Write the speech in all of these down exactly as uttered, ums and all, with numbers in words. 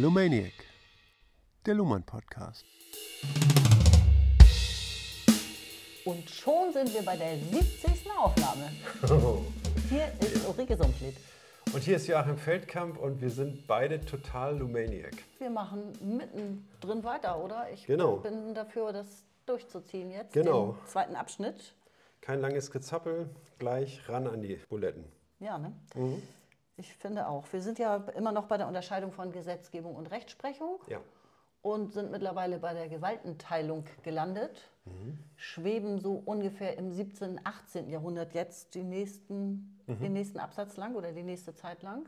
Lumaniac, der Luhmann Podcast. Und schon sind wir bei der siebzigsten Aufnahme. Hier ist Ulrike Sumpfliet. Und hier ist Joachim Feldkamp und wir sind beide total Lumaniac. Wir machen mittendrin weiter, oder? Ich Genau. bin dafür, das durchzuziehen jetzt, Genau. den zweiten Abschnitt. Kein langes Gezappel, gleich ran an die Buletten. Ja, ne? Mhm. Ich finde auch. Wir sind ja immer noch bei der Unterscheidung von Gesetzgebung und Rechtsprechung. Ja. Und sind mittlerweile bei der Gewaltenteilung gelandet. Mhm. Schweben so ungefähr im siebzehnten., achtzehnten. Jahrhundert jetzt die nächsten, mhm. den nächsten Absatz lang oder die nächste Zeit lang.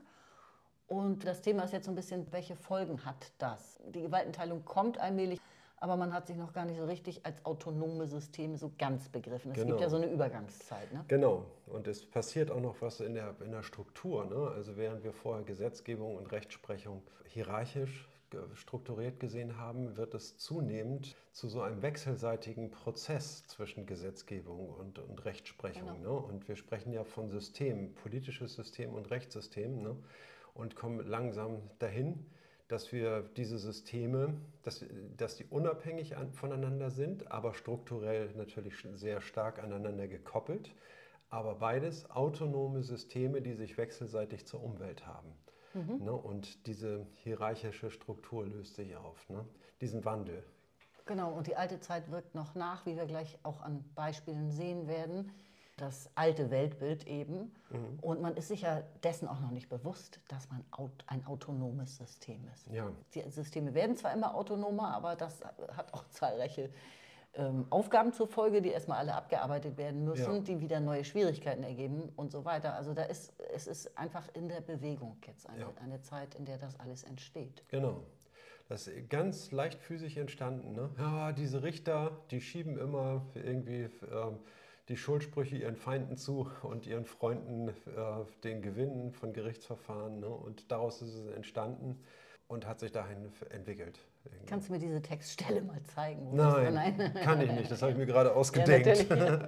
Und das Thema ist jetzt so ein bisschen, welche Folgen hat das? Die Gewaltenteilung kommt allmählich, aber man hat sich noch gar nicht so richtig als autonome Systeme so ganz begriffen. Es Genau. gibt ja so eine Übergangszeit. Ne? Genau. Und es passiert auch noch was in der, in der Struktur. Ne? Also während wir vorher Gesetzgebung und Rechtsprechung hierarchisch strukturiert gesehen haben, wird es zunehmend zu so einem wechselseitigen Prozess zwischen Gesetzgebung und, und Rechtsprechung. Genau. Ne? Und wir sprechen ja von Systemen, politisches System und Rechtssystem, ne? Und kommen langsam dahin, dass wir diese Systeme, dass, dass die unabhängig an, voneinander sind, aber strukturell natürlich sehr stark aneinander gekoppelt, aber beides autonome Systeme, die sich wechselseitig zur Umwelt haben. Mhm. Ne, und diese hierarchische Struktur löst sich auf, ne? Diesen Wandel. Genau, und die alte Zeit wirkt noch nach, wie wir gleich auch an Beispielen sehen werden. Das alte Weltbild eben. Mhm. Und man ist sich ja dessen auch noch nicht bewusst, dass man ein autonomes System ist. Ja. Die Systeme werden zwar immer autonomer, aber das hat auch zahlreiche ähm, Aufgaben zur Folge, die erstmal alle abgearbeitet werden müssen, ja. die wieder neue Schwierigkeiten ergeben und so weiter. Also da ist, es ist einfach in der Bewegung jetzt eine, ja. eine Zeit, in der das alles entsteht. Genau. Das ist ganz leichtfüßig entstanden. Ne? Ja, diese Richter, die schieben immer irgendwie ähm, die Schuldsprüche ihren Feinden zu und ihren Freunden äh, den Gewinnen von Gerichtsverfahren. Ne? Und daraus ist es entstanden und hat sich dahin entwickelt. Irgendwie. Kannst du mir diese Textstelle mal zeigen? Wo Nein, Nein, kann ich nicht. Das habe ich mir gerade ausgedenkt. Ja, ja.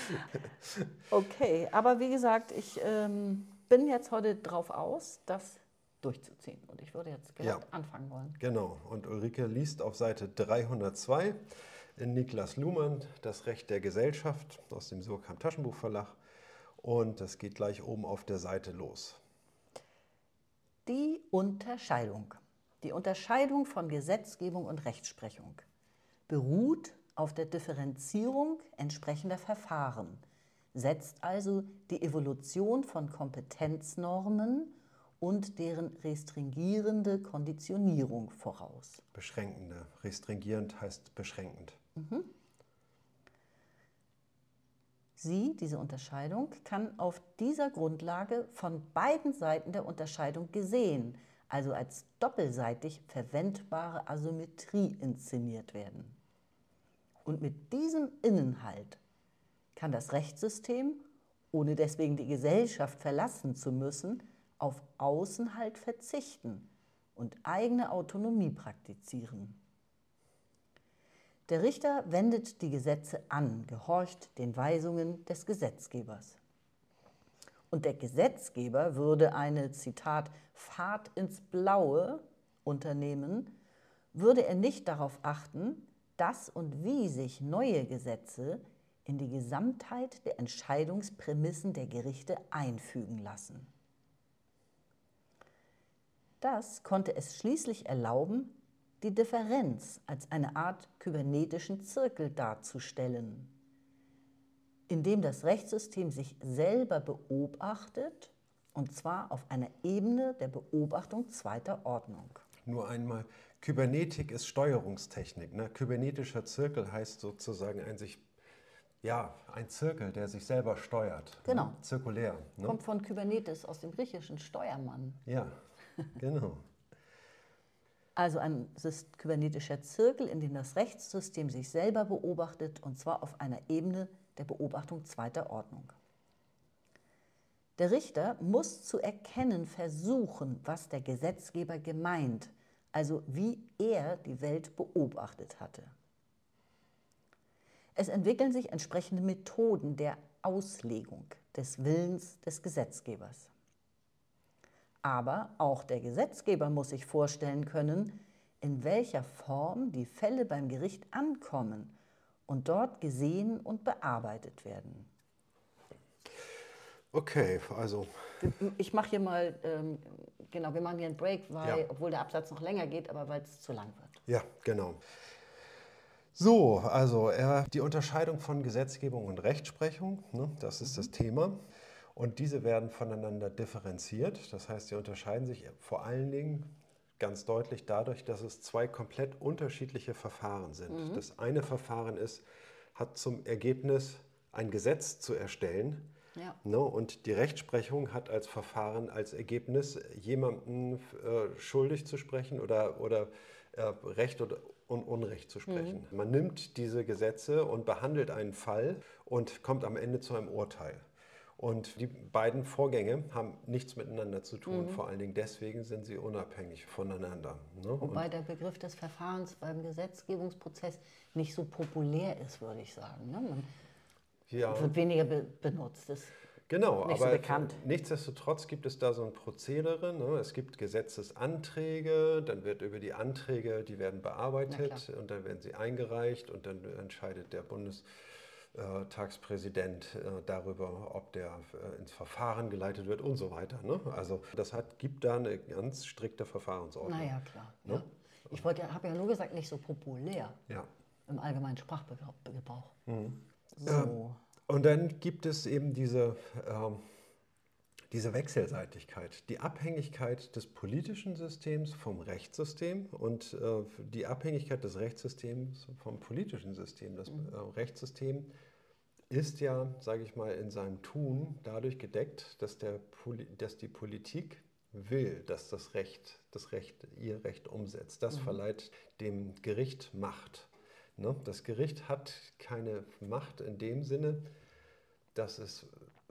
Okay, aber wie gesagt, ich ähm, bin jetzt heute drauf aus, das durchzuziehen. Und ich würde jetzt direkt ja. anfangen wollen. Genau. Und Ulrike liest auf Seite dreihundertzwei in Niklas Luhmann, Das Recht der Gesellschaft aus dem Surkamp Taschenbuchverlag. Und das geht gleich oben auf der Seite los. Die Unterscheidung. Die Unterscheidung von Gesetzgebung und Rechtsprechung beruht auf der Differenzierung entsprechender Verfahren, setzt also die Evolution von Kompetenznormen und deren restringierende Konditionierung voraus. Beschränkende. Restringierend heißt beschränkend. Mhm. Sie, diese Unterscheidung, kann auf dieser Grundlage von beiden Seiten der Unterscheidung gesehen, also als doppelseitig verwendbare Asymmetrie inszeniert werden. Und mit diesem Innenhalt kann das Rechtssystem, ohne deswegen die Gesellschaft verlassen zu müssen, auf Außenhalt verzichten und eigene Autonomie praktizieren. Der Richter wendet die Gesetze an, gehorcht den Weisungen des Gesetzgebers. Und der Gesetzgeber würde eine, Zitat, Fahrt ins Blaue unternehmen, würde er nicht darauf achten, dass und wie sich neue Gesetze in die Gesamtheit der Entscheidungsprämissen der Gerichte einfügen lassen. Das konnte es schließlich erlauben, die Differenz als eine Art kybernetischen Zirkel darzustellen, in dem das Rechtssystem sich selber beobachtet, und zwar auf einer Ebene der Beobachtung zweiter Ordnung. Nur einmal, Kybernetik ist Steuerungstechnik. Ne? Kybernetischer Zirkel heißt sozusagen ein sich, ja, ein Zirkel, der sich selber steuert. Genau. Ne? Zirkulär. Ne? Kommt von Kybernetis, aus dem griechischen Steuermann. Ja, genau. Also ein kybernetischer Zirkel, in dem das Rechtssystem sich selber beobachtet, und zwar auf einer Ebene der Beobachtung zweiter Ordnung. Der Richter muss zu erkennen versuchen, was der Gesetzgeber gemeint, also wie er die Welt beobachtet hatte. Es entwickeln sich entsprechende Methoden der Auslegung des Willens des Gesetzgebers. Aber auch der Gesetzgeber muss sich vorstellen können, in welcher Form die Fälle beim Gericht ankommen und dort gesehen und bearbeitet werden. Okay, also... Ich mache hier mal, ähm, genau, wir machen hier einen Break, weil, Ja. obwohl der Absatz noch länger geht, aber weil es zu lang wird. Ja, genau. So, also äh, die Unterscheidung von Gesetzgebung und Rechtsprechung, ne, das ist mhm. das Thema. Und diese werden voneinander differenziert. Das heißt, sie unterscheiden sich vor allen Dingen ganz deutlich dadurch, dass es zwei komplett unterschiedliche Verfahren sind. Mhm. Das eine Verfahren ist, hat zum Ergebnis, ein Gesetz zu erstellen. Ja. Ne, und die Rechtsprechung hat als Verfahren, als Ergebnis, jemanden äh, schuldig zu sprechen oder, oder äh, Recht oder und Unrecht zu sprechen. Mhm. Man nimmt diese Gesetze und behandelt einen Fall und kommt am Ende zu einem Urteil. Und die beiden Vorgänge haben nichts miteinander zu tun. Mhm. Vor allen Dingen deswegen sind sie unabhängig voneinander. Ne? Wobei und der Begriff des Verfahrens beim Gesetzgebungsprozess nicht so populär ist, würde ich sagen. Ne? Man ja. wird weniger be benutzt. Das Genau, nicht aber so bekannt. Nichtsdestotrotz gibt es da so ein Prozedere. Ne? Es gibt Gesetzesanträge, dann wird über die Anträge, die werden bearbeitet und dann werden sie eingereicht und dann entscheidet der Bundestagspräsident äh, darüber, ob der äh, ins Verfahren geleitet wird und so weiter. Ne? Also das hat, gibt da eine ganz strikte Verfahrensordnung. Naja, klar. Ne? Ja. Ich wollte, habe ja nur gesagt, nicht so populär ja. im allgemeinen Sprachgebrauch. Mhm. So. Ähm, Und dann gibt es eben diese, äh, diese Wechselseitigkeit, die Abhängigkeit des politischen Systems vom Rechtssystem und äh, die Abhängigkeit des Rechtssystems vom politischen System. Das äh, Rechtssystem ist ja, sage ich mal, in seinem Tun dadurch gedeckt, dass, der Poli dass die Politik will, dass das Recht, das Recht ihr Recht umsetzt. Das mhm. verleiht dem Gericht Macht. Ne? Das Gericht hat keine Macht in dem Sinne, dass es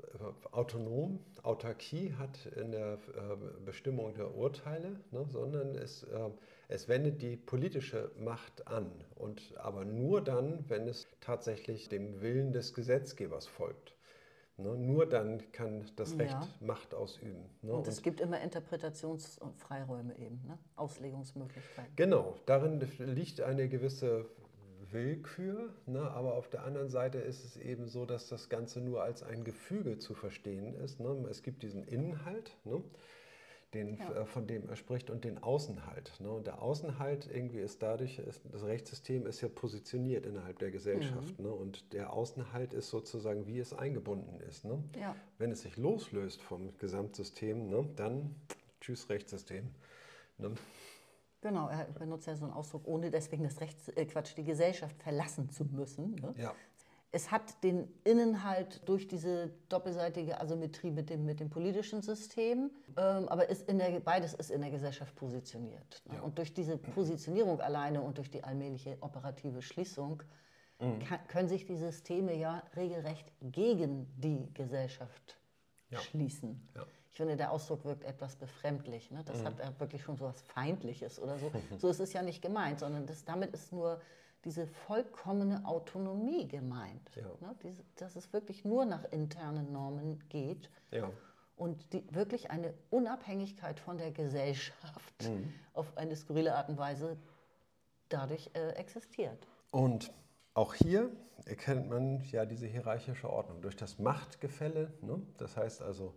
autonom, Autarkie hat in der äh, Bestimmung der Urteile, ne, sondern es, äh, es wendet die politische Macht an. Und aber nur dann, wenn es tatsächlich dem Willen des Gesetzgebers folgt. Ne, nur dann kann das ja. Recht Macht ausüben. Ne, und es und gibt immer Interpretationsfreiräume eben, ne? Auslegungsmöglichkeiten. Genau, darin liegt eine gewisse Willkür, ne? Aber auf der anderen Seite ist es eben so, dass das Ganze nur als ein Gefüge zu verstehen ist. Ne? Es gibt diesen Innenhalt, ne? Den, ja. äh, von dem er spricht, und den Außenhalt. Ne? Und der Außenhalt irgendwie ist dadurch, ist, das Rechtssystem ist ja positioniert innerhalb der Gesellschaft. Mhm. Ne? Und der Außenhalt ist sozusagen, wie es eingebunden ist. Ne? Ja. Wenn es sich loslöst vom Gesamtsystem, ne? Dann tschüss Rechtssystem. Ne? Genau, er benutzt ja so einen Ausdruck, ohne deswegen das Rechts, äh Quatsch, die Gesellschaft verlassen zu müssen. Ne? Ja. Es hat den Innenhalt durch diese doppelseitige Asymmetrie mit dem, mit dem politischen System, ähm, aber ist in der, beides ist in der Gesellschaft positioniert. Ne? Ja. Und durch diese Positionierung alleine und durch die allmähliche operative Schließung mhm. kann, können sich die Systeme ja regelrecht gegen die Gesellschaft ja. schließen. Ja. Ich finde, der Ausdruck wirkt etwas befremdlich. Ne? Das mhm. hat ja wirklich schon so was Feindliches oder so. So ist es ja nicht gemeint, sondern das, damit ist nur diese vollkommene Autonomie gemeint. Ja. Ne? Diese, dass es wirklich nur nach internen Normen geht ja. und die, wirklich eine Unabhängigkeit von der Gesellschaft mhm. auf eine skurrile Art und Weise dadurch äh, existiert. Und auch hier erkennt man ja diese hierarchische Ordnung durch das Machtgefälle. Ne? Das heißt also,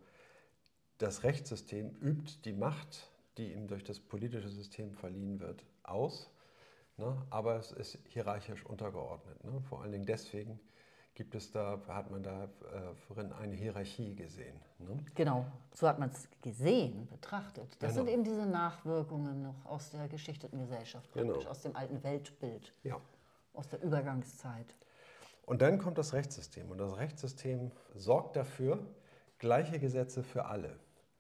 das Rechtssystem übt die Macht, die ihm durch das politische System verliehen wird, aus, ne? Aber es ist hierarchisch untergeordnet. Ne? Vor allen Dingen deswegen gibt es da, hat man da äh, vorhin eine Hierarchie gesehen. Ne? Genau, so hat man es gesehen, betrachtet. Das genau. sind eben diese Nachwirkungen noch aus der geschichteten Gesellschaft, praktisch genau. aus dem alten Weltbild, ja. aus der Übergangszeit. Und dann kommt das Rechtssystem. Und das Rechtssystem sorgt dafür, gleiche Gesetze für alle.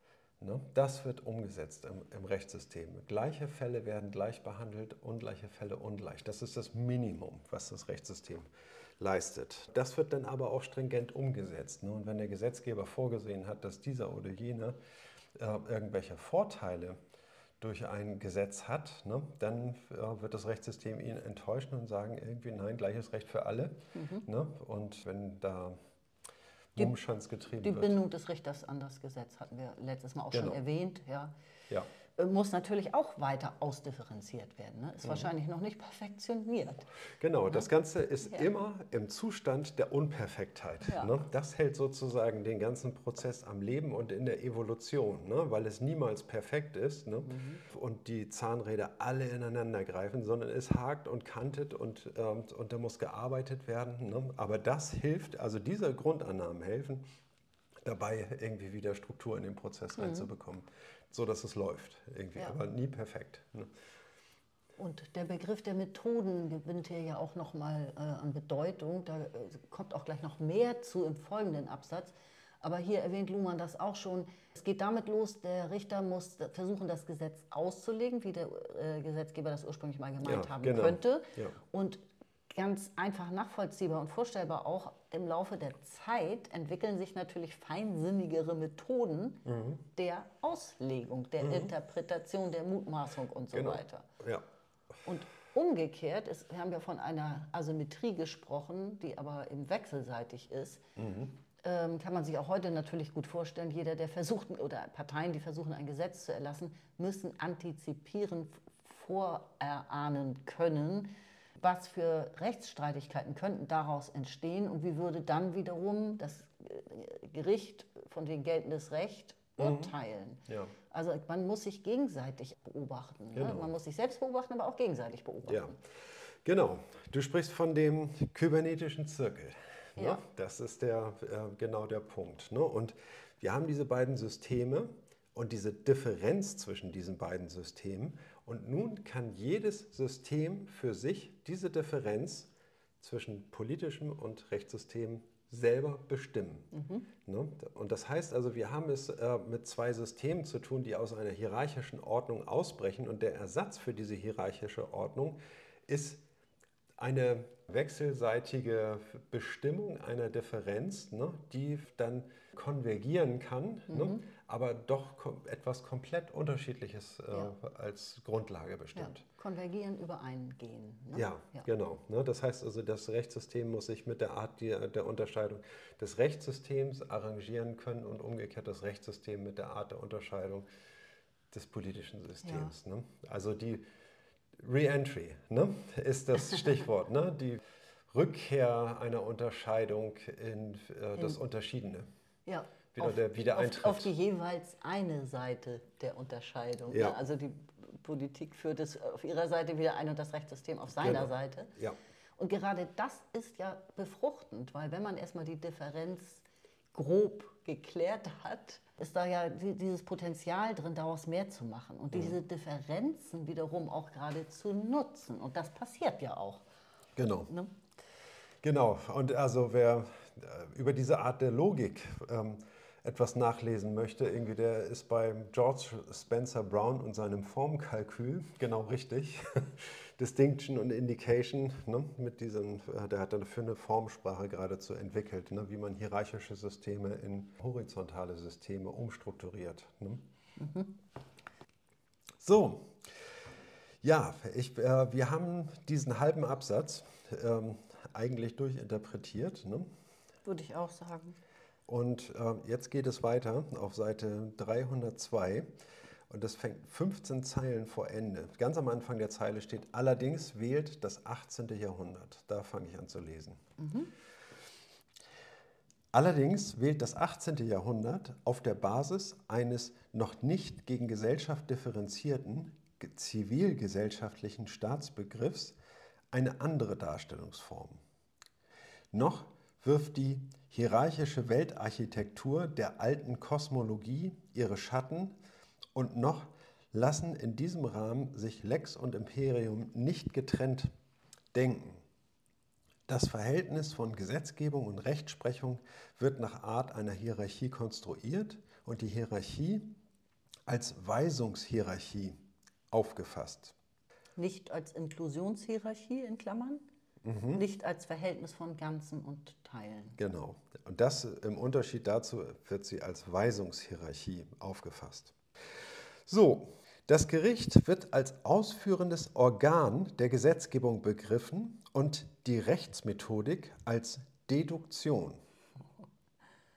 Das wird umgesetzt im, im Rechtssystem. Gleiche Fälle werden gleich behandelt, ungleiche Fälle ungleich. Das ist das Minimum, was das Rechtssystem leistet. Das wird dann aber auch stringent umgesetzt. Und wenn der Gesetzgeber vorgesehen hat, dass dieser oder jener äh, irgendwelche Vorteile durch ein Gesetz hat, ne, dann äh, wird das Rechtssystem ihn enttäuschen und sagen irgendwie, nein, gleiches Recht für alle. Mhm. Ne? Und wenn da Die, Mummenschanz getrieben die wird. Bindung des Richters an das Gesetz hatten wir letztes Mal auch Genau. schon erwähnt. Ja. Ja. Muss natürlich auch weiter ausdifferenziert werden. Ne? Ist Mhm. wahrscheinlich noch nicht perfektioniert. Genau, Ja. das Ganze ist Ja. immer im Zustand der Unperfektheit. Ja. Ne? Das hält sozusagen den ganzen Prozess am Leben und in der Evolution, ne? Weil es niemals perfekt ist, ne? Mhm. Und die Zahnräder alle ineinander greifen, sondern es hakt und kantet und, ähm, und da muss gearbeitet werden. Ne? Aber das hilft, also diese Grundannahmen helfen, dabei irgendwie wieder Struktur in den Prozess Mhm. reinzubekommen, so dass es läuft irgendwie, Ja. aber nie perfekt. Ne? Und der Begriff der Methoden gewinnt hier ja auch nochmal äh, an Bedeutung. Da äh, kommt auch gleich noch mehr zu im folgenden Absatz. Aber hier erwähnt Luhmann das auch schon. Es geht damit los, der Richter muss versuchen, das Gesetz auszulegen, wie der äh, Gesetzgeber das ursprünglich mal gemeint Ja, haben genau. könnte. Ja. Und ganz einfach nachvollziehbar und vorstellbar auch, im Laufe der Zeit entwickeln sich natürlich feinsinnigere Methoden mhm. der Auslegung, der mhm. Interpretation, der Mutmaßung und so genau. weiter. Ja. Und umgekehrt, ist, wir haben ja von einer Asymmetrie gesprochen, die aber eben wechselseitig ist, mhm. ähm, kann man sich auch heute natürlich gut vorstellen, jeder, der versucht, oder Parteien, die versuchen, ein Gesetz zu erlassen, müssen antizipieren, vorerahnen können, was für Rechtsstreitigkeiten könnten daraus entstehen und wie würde dann wiederum das Gericht von dem geltendes Recht urteilen. Mhm. Ja. Also man muss sich gegenseitig beobachten. Genau. Ne? Man muss sich selbst beobachten, aber auch gegenseitig beobachten. Ja. Genau. Du sprichst von dem kybernetischen Zirkel. Ne? Ja. Das ist der, äh, genau der Punkt. Ne? Und wir haben diese beiden Systeme und diese Differenz zwischen diesen beiden Systemen. Und nun kann jedes System für sich diese Differenz zwischen politischem und Rechtssystem selber bestimmen. Mhm. Ne? Und das heißt also, wir haben es äh, mit zwei Systemen zu tun, die aus einer hierarchischen Ordnung ausbrechen. Und der Ersatz für diese hierarchische Ordnung ist eine wechselseitige Bestimmung einer Differenz, ne, die dann konvergieren kann, mhm. ne, aber doch kom- etwas komplett Unterschiedliches äh, ja. als Grundlage bestimmt. Ja. Konvergieren, übereingehen. Ne? Ja, ja, genau. Ne, das heißt also, das Rechtssystem muss sich mit der Art der, der Unterscheidung des Rechtssystems arrangieren können und umgekehrt das Rechtssystem mit der Art der Unterscheidung des politischen Systems. Ja. Ne? Also die Re-Entry, ne, ist das Stichwort, ne? Die Rückkehr einer Unterscheidung in äh, das in, Unterschiedene. Ja, Wieder auf, der Wiedereintritt. Auf, auf die jeweils eine Seite der Unterscheidung. Ja. Ne? Also die Politik führt es auf ihrer Seite wieder ein und das Rechtssystem auf seiner genau. Seite. Ja. Und gerade das ist ja befruchtend, weil wenn man erstmal die Differenz grob geklärt hat, ist da ja dieses Potenzial drin, daraus mehr zu machen und mhm. diese Differenzen wiederum auch gerade zu nutzen. Und das passiert ja auch. Genau. Ne? Genau. Und also wer über diese Art der Logik ähm, etwas nachlesen möchte, irgendwie, der ist bei George Spencer Brown und seinem Formkalkül genau richtig. Distinction und Indication, ne, mit diesem, der hat dafür eine Formsprache geradezu entwickelt, ne, wie man hierarchische Systeme in horizontale Systeme umstrukturiert. Ne. Mhm. So, ja, ich, äh, wir haben diesen halben Absatz ähm, eigentlich durchinterpretiert. Ne. Würde ich auch sagen. Und äh, jetzt geht es weiter auf Seite dreihundertzwei. Und das fängt fünfzehn Zeilen vor Ende. Ganz am Anfang der Zeile steht, allerdings wählt das achtzehnte Jahrhundert. Da fange ich an zu lesen. Mhm. Allerdings wählt das achtzehnte Jahrhundert auf der Basis eines noch nicht gegen Gesellschaft differenzierten zivilgesellschaftlichen Staatsbegriffs eine andere Darstellungsform. Noch wirft die hierarchische Weltarchitektur der alten Kosmologie ihre Schatten und noch lassen in diesem Rahmen sich Lex und Imperium nicht getrennt denken. Das Verhältnis von Gesetzgebung und Rechtsprechung wird nach Art einer Hierarchie konstruiert und die Hierarchie als Weisungshierarchie aufgefasst. Nicht als Inklusionshierarchie in Klammern, mhm. nicht als Verhältnis von Ganzen und Teilen. Genau. Und das im Unterschied dazu wird sie als Weisungshierarchie aufgefasst. So, das Gericht wird als ausführendes Organ der Gesetzgebung begriffen und die Rechtsmethodik als Deduktion.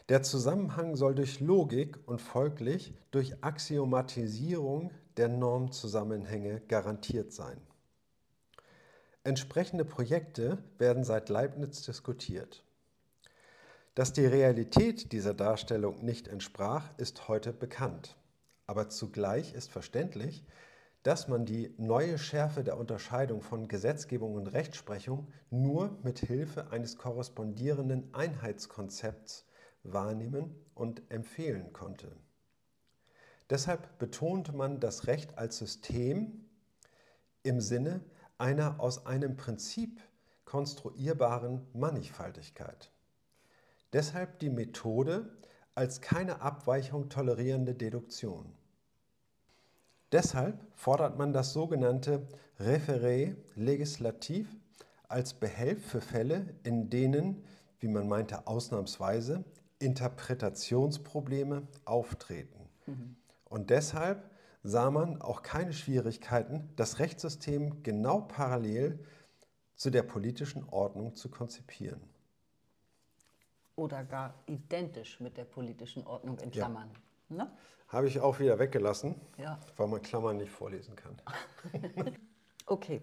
Der Zusammenhang soll durch Logik und folglich durch Axiomatisierung der Normzusammenhänge garantiert sein. Entsprechende Projekte werden seit Leibniz diskutiert. Dass die Realität dieser Darstellung nicht entsprach, ist heute bekannt. Aber zugleich ist verständlich, dass man die neue Schärfe der Unterscheidung von Gesetzgebung und Rechtsprechung nur mit Hilfe eines korrespondierenden Einheitskonzepts wahrnehmen und empfehlen konnte. Deshalb betonte man das Recht als System im Sinne einer aus einem Prinzip konstruierbaren Mannigfaltigkeit. Deshalb die Methode als keine Abweichung tolerierende Deduktion. Deshalb fordert man das sogenannte Référé legislativ als Behelf für Fälle, in denen, wie man meinte ausnahmsweise, Interpretationsprobleme auftreten. Mhm. Und deshalb sah man auch keine Schwierigkeiten, das Rechtssystem genau parallel zu der politischen Ordnung zu konzipieren. Oder gar identisch mit der politischen Ordnung in Klammern. Ja. Ne? Habe ich auch wieder weggelassen, ja. weil man Klammern nicht vorlesen kann. Okay.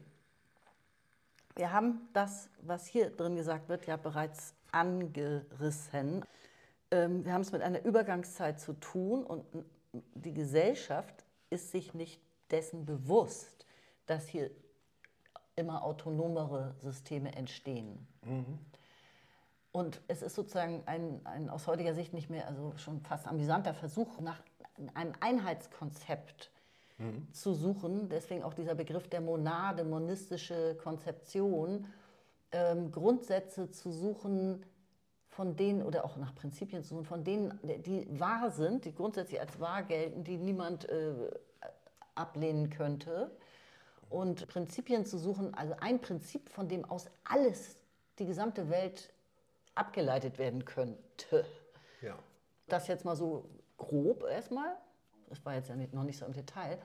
Wir haben das, was hier drin gesagt wird, ja bereits angerissen. Ähm, wir haben es mit einer Übergangszeit zu tun und die Gesellschaft ist sich nicht dessen bewusst, dass hier immer autonomere Systeme entstehen. Mhm. Und es ist sozusagen ein, ein aus heutiger Sicht nicht mehr, also schon fast amüsanter Versuch, nach einem Einheitskonzept mhm. zu suchen. Deswegen auch dieser Begriff der Monade, monistische Konzeption, ähm, Grundsätze zu suchen, von denen, oder auch nach Prinzipien zu suchen, von denen, die wahr sind, die grundsätzlich als wahr gelten, die niemand äh, ablehnen könnte. Und Prinzipien zu suchen, also ein Prinzip, von dem aus alles, die gesamte Welt abgeleitet werden könnte. Ja. Das jetzt mal so grob erstmal. Das war jetzt ja nicht, noch nicht so im Detail.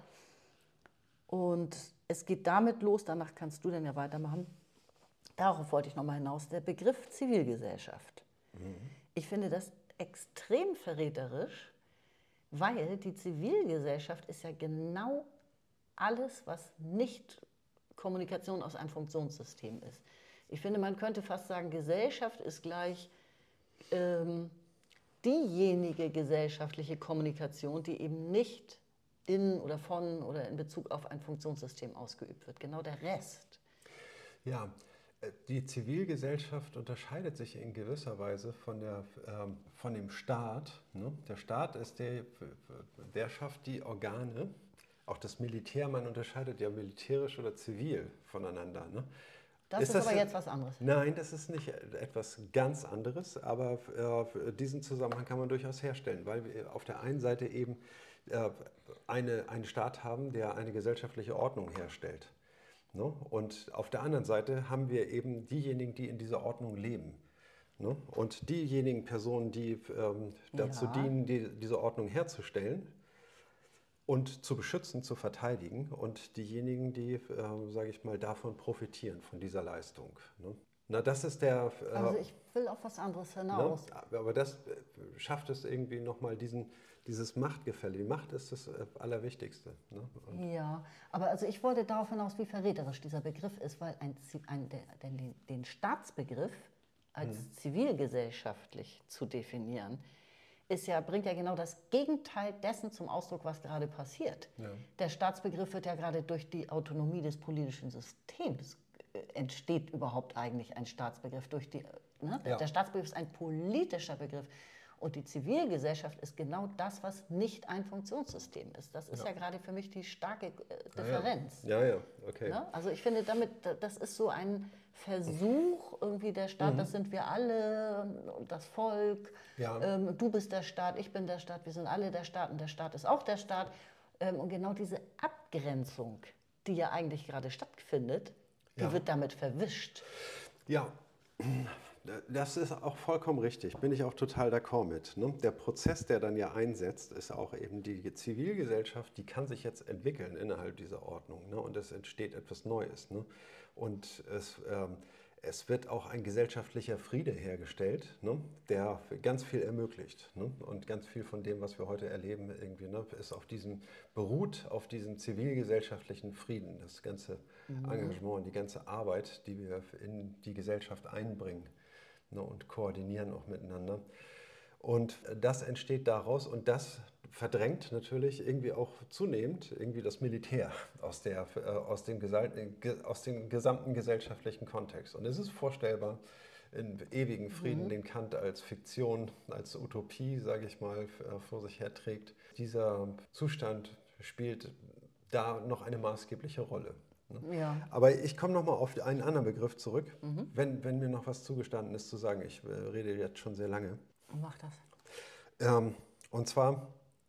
Und es geht damit los, danach kannst du dann ja weitermachen. Darauf wollte ich nochmal hinaus. Der Begriff Zivilgesellschaft. Mhm. Ich finde das extrem verräterisch, weil die Zivilgesellschaft ist ja genau alles, was nicht Kommunikation aus einem Funktionssystem ist. Ich finde, man könnte fast sagen, Gesellschaft ist gleich ähm, diejenige gesellschaftliche Kommunikation, die eben nicht in oder von oder in Bezug auf ein Funktionssystem ausgeübt wird. Genau der Rest. Ja, die Zivilgesellschaft unterscheidet sich in gewisser Weise von, der, ähm, von dem Staat. Ne? Der Staat ist der, der schafft die Organe. Auch das Militär, man unterscheidet ja militärisch oder zivil voneinander. Ne? Das ist, ist das aber jetzt was anderes. Nein, das ist nicht etwas ganz anderes, aber äh, diesen Zusammenhang kann man durchaus herstellen, weil wir auf der einen Seite eben äh, eine, einen Staat haben, der eine gesellschaftliche Ordnung herstellt. Ne? Und auf der anderen Seite haben wir eben diejenigen, die in dieser Ordnung leben. Ne? Und diejenigen Personen, die ähm, dazu ja. dienen, die, diese Ordnung herzustellen und zu beschützen, zu verteidigen, und diejenigen, die, äh, sage ich mal, davon profitieren, von dieser Leistung. Ne? Na, das ist der... Äh, also ich will auf was anderes hinaus. Ne? Aber das äh, schafft es irgendwie nochmal diesen, dieses Machtgefälle. Die Macht ist das äh, Allerwichtigste. Ne? Ja, aber also ich wollte darauf hinaus, wie verräterisch dieser Begriff ist, weil ein, ein, der, den, den Staatsbegriff als hm. zivilgesellschaftlich zu definieren, Ist ja, bringt ja genau das Gegenteil dessen zum Ausdruck, was gerade passiert. Ja. Der Staatsbegriff wird ja gerade durch die Autonomie des politischen Systems äh, entsteht überhaupt eigentlich ein Staatsbegriff. Durch die, ne? ja. Der Staatsbegriff ist ein politischer Begriff. Und die Zivilgesellschaft ist genau das, was nicht ein Funktionssystem ist. Das ist ja, ja gerade für mich die starke äh, Differenz. Ja, ja, ja. Okay. Ne? Also ich finde, damit, das ist so ein Versuch, irgendwie der Staat, mhm. das sind wir alle, das Volk, ja. ähm, du bist der Staat, ich bin der Staat, wir sind alle der Staat und der Staat ist auch der Staat. Ähm, und genau diese Abgrenzung, die ja eigentlich gerade stattfindet, die ja. wird damit verwischt. Ja, das ist auch vollkommen richtig, bin ich auch total d'accord mit. Ne? Der Prozess, der dann ja einsetzt, ist auch eben die Zivilgesellschaft, die kann sich jetzt entwickeln innerhalb dieser Ordnung, ne? Und es entsteht etwas Neues. Ne? Und es, ähm, Es wird auch ein gesellschaftlicher Friede hergestellt, ne, der ganz viel ermöglicht. Ne, und ganz viel von dem, was wir heute erleben, irgendwie, ne, ist auf diesem, beruht auf diesem zivilgesellschaftlichen Frieden. Das ganze mhm. Engagement und die ganze Arbeit, die wir in die Gesellschaft einbringen, ne, und koordinieren auch miteinander. Und das entsteht daraus und das verdrängt natürlich irgendwie auch zunehmend irgendwie das Militär aus, der, äh, aus, dem, aus dem gesamten gesellschaftlichen Kontext. Und es ist vorstellbar, in ewigen Frieden, mhm. den Kant als Fiktion, als Utopie, sage ich mal, vor sich herträgt. Dieser Zustand spielt da noch eine maßgebliche Rolle. Ne? Ja. Aber ich komme nochmal auf einen anderen Begriff zurück, mhm. wenn, wenn mir noch was zugestanden ist zu sagen. Ich äh, rede jetzt schon sehr lange. Mach das. Ähm, und zwar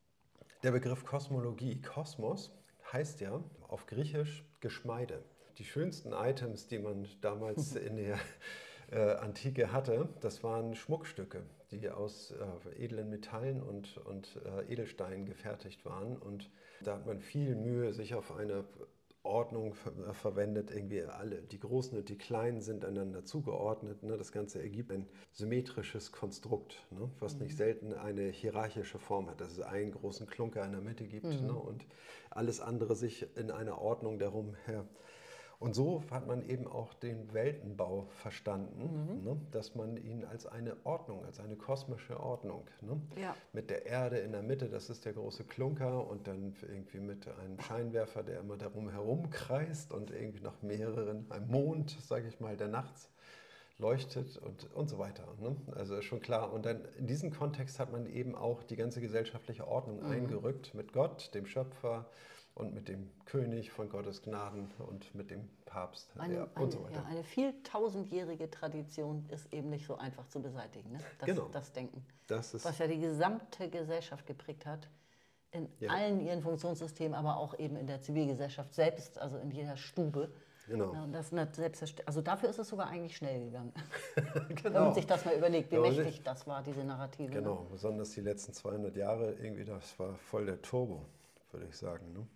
der Begriff Kosmologie. Kosmos heißt ja auf Griechisch Geschmeide. Die schönsten Items, die man damals in der äh, Antike hatte, das waren Schmuckstücke, die aus äh, edlen Metallen und, und äh, Edelsteinen gefertigt waren. Und da hat man viel Mühe, sich auf eine Ordnung ver verwendet, irgendwie alle, die Großen und die Kleinen sind einander zugeordnet. Ne? Das Ganze ergibt ein symmetrisches Konstrukt, ne? Was mhm. nicht selten eine hierarchische Form hat, dass es einen großen Klunker in der Mitte gibt mhm. ne? und alles andere sich in einer Ordnung darum her. Und so hat man eben auch den Weltenbau verstanden, mhm. ne? Dass man ihn als eine Ordnung, als eine kosmische Ordnung, ne? Ja. Mit der Erde in der Mitte, das ist der große Klunker und dann irgendwie mit einem Scheinwerfer, der immer darum herum kreist und irgendwie noch mehreren, einem Mond, sage ich mal, der nachts leuchtet und, und so weiter. Ne? Also ist schon klar. Und dann in diesem Kontext hat man eben auch die ganze gesellschaftliche Ordnung mhm. eingerückt mit Gott, dem Schöpfer, und mit dem König von Gottes Gnaden und mit dem Papst eine, ja, und eine, so weiter. Ja, eine vieltausendjährige Tradition ist eben nicht so einfach zu beseitigen, ne? das, genau. das Denken, das ist, was ja die gesamte Gesellschaft geprägt hat, in ja. allen ihren Funktionssystemen, aber auch eben in der Zivilgesellschaft selbst, also in jeder Stube. Genau. Ja, das selbst, also dafür ist es sogar eigentlich schnell gegangen, genau. wenn man sich das mal überlegt, wie ja, mächtig ich, das war, diese Narrative. Genau, ne? besonders die letzten zweihundert Jahre, irgendwie, das war voll der Turbo, würde ich sagen. Ne?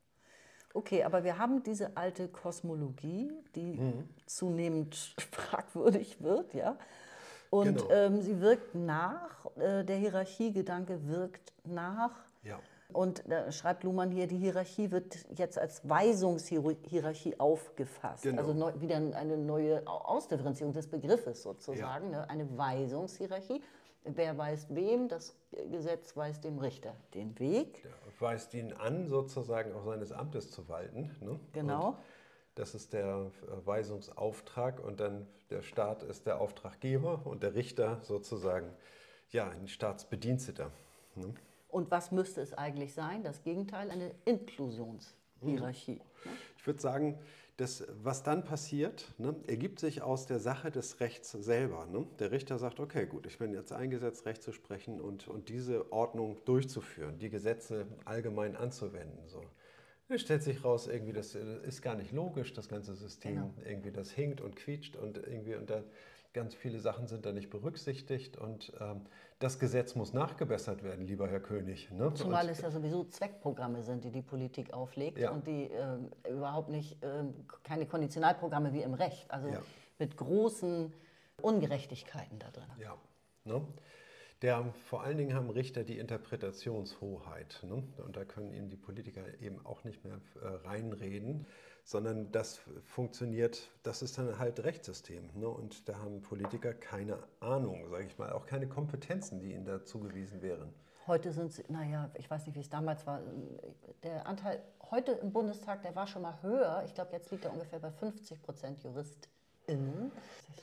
Okay, aber wir haben diese alte Kosmologie, die mhm. zunehmend fragwürdig wird, ja. Und genau. ähm, sie wirkt nach, äh, der Hierarchiegedanke wirkt nach. Ja. Und da schreibt Luhmann hier, die Hierarchie wird jetzt als Weisungshierarchie aufgefasst. Genau. Also neu, wieder eine neue Ausdifferenzierung des Begriffes sozusagen, ja. ne? Eine Weisungshierarchie. Wer weist wem? Das Gesetz weist dem Richter den Weg. Der weist ihn an, sozusagen auch seines Amtes zu walten. Ne? Genau. Und das ist der Weisungsauftrag und dann der Staat ist der Auftraggeber und der Richter sozusagen ja, ein Staatsbediensteter. Ne? Und was müsste es eigentlich sein? Das Gegenteil, eine Inklusionshierarchie. Mhm. Ich würde sagen, das, was dann passiert, ne, ergibt sich aus der Sache des Rechts selber. Ne? Der Richter sagt, okay, gut, ich bin jetzt eingesetzt, Recht zu sprechen und, und diese Ordnung durchzuführen, die Gesetze allgemein anzuwenden. So. Dann stellt sich raus, irgendwie, das ist gar nicht logisch, das ganze System, genau. irgendwie, das hinkt und quietscht und irgendwie und da ganz viele Sachen sind da nicht berücksichtigt und ähm, das Gesetz muss nachgebessert werden, lieber Herr König. Ne? Zumal und, es ja sowieso Zweckprogramme sind, die die Politik auflegt ja. und die äh, überhaupt nicht, äh, keine Konditionalprogramme wie im Recht, also ja. mit großen Ungerechtigkeiten da drin. Ja, ne? Der, vor allen Dingen haben Richter die Interpretationshoheit. Ne? Und da können ihnen die Politiker eben auch nicht mehr äh, reinreden, sondern das funktioniert, das ist dann halt Rechtssystem. Ne? Und da haben Politiker keine Ahnung, sage ich mal, auch keine Kompetenzen, die ihnen da zugewiesen wären. Heute sind sie, naja, ich weiß nicht, wie es damals war, der Anteil heute im Bundestag, der war schon mal höher. Ich glaube, jetzt liegt er ungefähr bei fünfzig Prozent JuristInnen.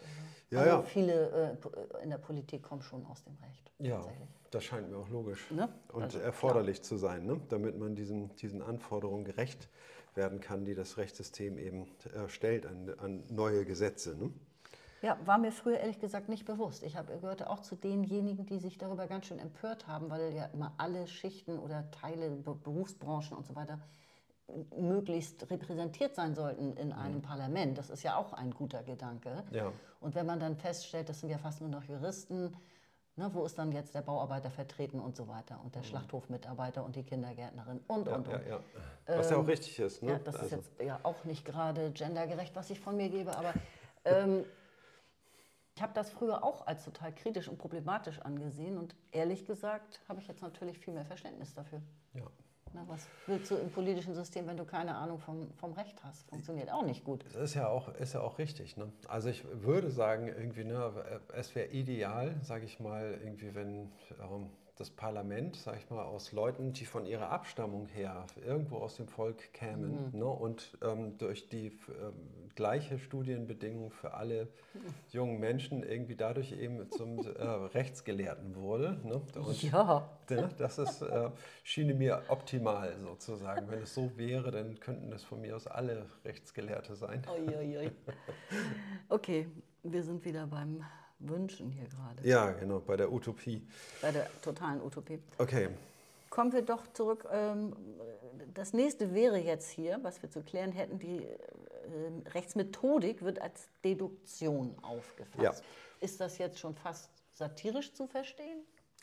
Ja, also ja. viele äh, in der Politik kommen schon aus dem Recht. Ja, das scheint mir auch logisch ne? und also, erforderlich klar. zu sein, ne? Damit man diesen, diesen Anforderungen gerecht werden kann, die das Rechtssystem eben äh, stellt an, an neue Gesetze. Ne? Ja, war mir früher ehrlich gesagt nicht bewusst. Ich hab, gehörte auch zu denjenigen, die sich darüber ganz schön empört haben, weil ja immer alle Schichten oder Teile, Be Berufsbranchen und so weiter möglichst repräsentiert sein sollten in einem mhm. Parlament. Das ist ja auch ein guter Gedanke. Ja. Und wenn man dann feststellt, das sind ja fast nur noch Juristen, ne, wo ist dann jetzt der Bauarbeiter vertreten und so weiter und der mhm. Schlachthofmitarbeiter und die Kindergärtnerin und, ja, und, ja, und. Ja. Was ähm, ja auch richtig ist. Ne? Ja, das also. ist jetzt ja auch nicht gerade gendergerecht, was ich von mir gebe, aber Ähm, ich habe das früher auch als total kritisch und problematisch angesehen und ehrlich gesagt habe ich jetzt natürlich viel mehr Verständnis dafür. Ja. Na, was willst du im politischen System, wenn du keine Ahnung vom, vom Recht hast? Funktioniert auch nicht gut. Das ist ja auch, ist ja auch richtig. Ne? Also ich würde sagen, irgendwie, ne, es wäre ideal, sage ich mal, irgendwie, wenn ähm, das Parlament, sage ich mal, aus Leuten, die von ihrer Abstammung her irgendwo aus dem Volk kämen, Mhm. ne, und ähm, durch die ähm, gleiche Studienbedingungen für alle jungen Menschen irgendwie dadurch eben zum äh, Rechtsgelehrten wurde. Ne? Und Ja. ne, das ist, äh, schiene mir optimal sozusagen. Wenn es so wäre, dann könnten das von mir aus alle Rechtsgelehrte sein. Ui, ui, ui. Okay, wir sind wieder beim Wünschen hier gerade, Ja, genau, bei der Utopie. bei der totalen Utopie. Okay, Kommen wir doch zurück. ähm, Das nächste wäre jetzt hier, was wir zu klären hätten, die äh, Rechtsmethodik wird als Deduktion aufgefasst. Ja. Ist das jetzt schon fast satirisch zu verstehen?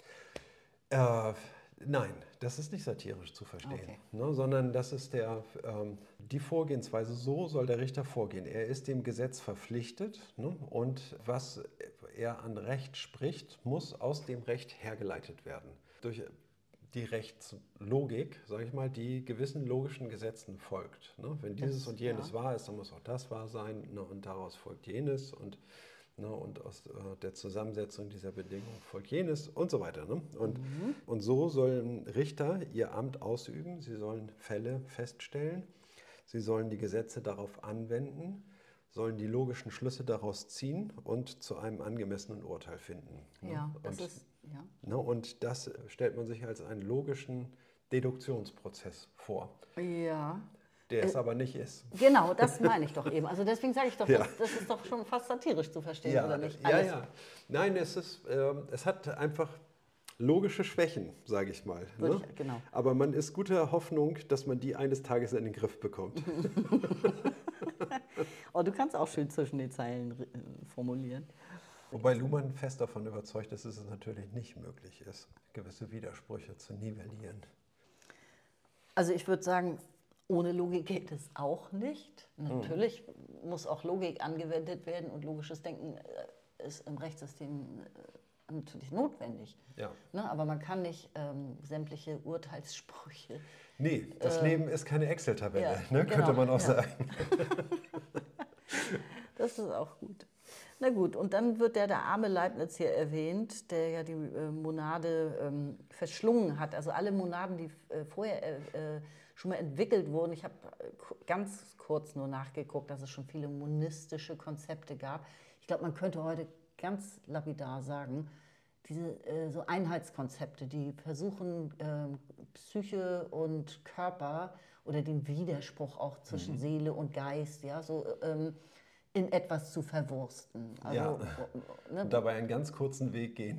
Äh, nein, das ist nicht satirisch zu verstehen, Okay. ne, sondern das ist der, ähm, die Vorgehensweise, so soll der Richter vorgehen. Er ist dem Gesetz verpflichtet, ne, und was er an Recht spricht, muss aus dem Recht hergeleitet werden. Durch die Rechtslogik, sage ich mal, die gewissen logischen Gesetzen folgt. Ne? Wenn dieses Das- und jenes ja. wahr ist, dann muss auch das wahr sein, ne, und daraus folgt jenes und Ne, und aus äh, der Zusammensetzung dieser Bedingungen folgt jenes und so weiter. Ne? Und, Mhm. und so sollen Richter ihr Amt ausüben, sie sollen Fälle feststellen, sie sollen die Gesetze darauf anwenden, sollen die logischen Schlüsse daraus ziehen und zu einem angemessenen Urteil finden. Ne? Ja, das und, ist, ja. ne, und das stellt man sich als einen logischen Deduktionsprozess vor, Ja. der es aber nicht ist. Genau, das meine ich doch eben. Also deswegen sage ich doch, Ja. das, das ist doch schon fast satirisch zu verstehen, Ja, oder nicht? ja, Alles. ja. Nein, es, ist, ähm, es hat einfach logische Schwächen, sage ich mal. Würde Ne? ich- genau. Aber man ist guter Hoffnung, dass man die eines Tages in den Griff bekommt. Oh, du kannst auch schön zwischen den Zeilen äh, formulieren. Wobei Luhmann fest davon überzeugt ist, dass es natürlich nicht möglich ist, gewisse Widersprüche zu nivellieren. Also ich würde sagen, ohne Logik geht es auch nicht. Natürlich muss auch Logik angewendet werden und logisches Denken äh, ist im Rechtssystem äh, natürlich notwendig. Ja. Ne? Aber man kann nicht ähm, sämtliche Urteilssprüche. Nee, das Ähm, Leben ist keine Excel-Tabelle, ja, ne? genau, Könnte man auch ja. sagen. Das ist auch gut. Na gut, und dann wird der, der arme Leibniz hier erwähnt, der ja die äh, Monade ähm, verschlungen hat. Also alle Monaden, die äh, vorher äh, äh, schon mal entwickelt wurden. Ich habe äh, ku- ganz kurz nur nachgeguckt, dass es schon viele monistische Konzepte gab. Ich glaube, man könnte heute ganz lapidar sagen, diese äh, so Einheitskonzepte, die versuchen, ähm, Psyche und Körper oder den Widerspruch auch zwischen Seele und Geist, ja, so ähm, in etwas zu verwursten. Also, Ja. ne, Und dabei einen ganz kurzen Weg gehen,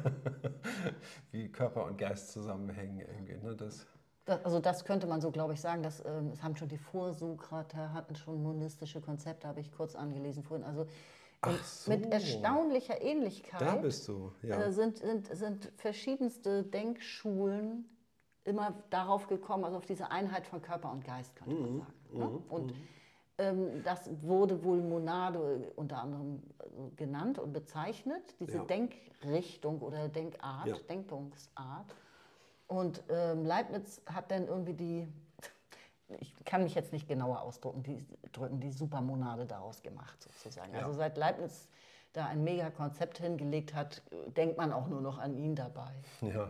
wie Körper und Geist zusammenhängen irgendwie. Ne? Das, das, also das könnte man so, glaube ich, sagen. Dass, ähm, es haben schon die Vorsokrater, hatten schon monistische Konzepte, habe ich kurz angelesen vorhin. Also Ach und so. mit erstaunlicher Ähnlichkeit Da bist du, ja. äh, sind, sind, sind verschiedenste Denkschulen immer darauf gekommen, also auf diese Einheit von Körper und Geist, könnte man sagen. Ne? Und ähm, das wurde wohl Monade unter anderem äh, genannt und bezeichnet, diese Ja. Denkrichtung oder Denkart, Ja. Denkungsart. Und ähm, Leibniz hat dann irgendwie die, ich kann mich jetzt nicht genauer ausdrücken, die, drücken, die Supermonade daraus gemacht sozusagen. Ja. Also seit Leibniz da ein Mega-Konzept hingelegt hat, äh, denkt man auch nur noch an ihn dabei. Ja.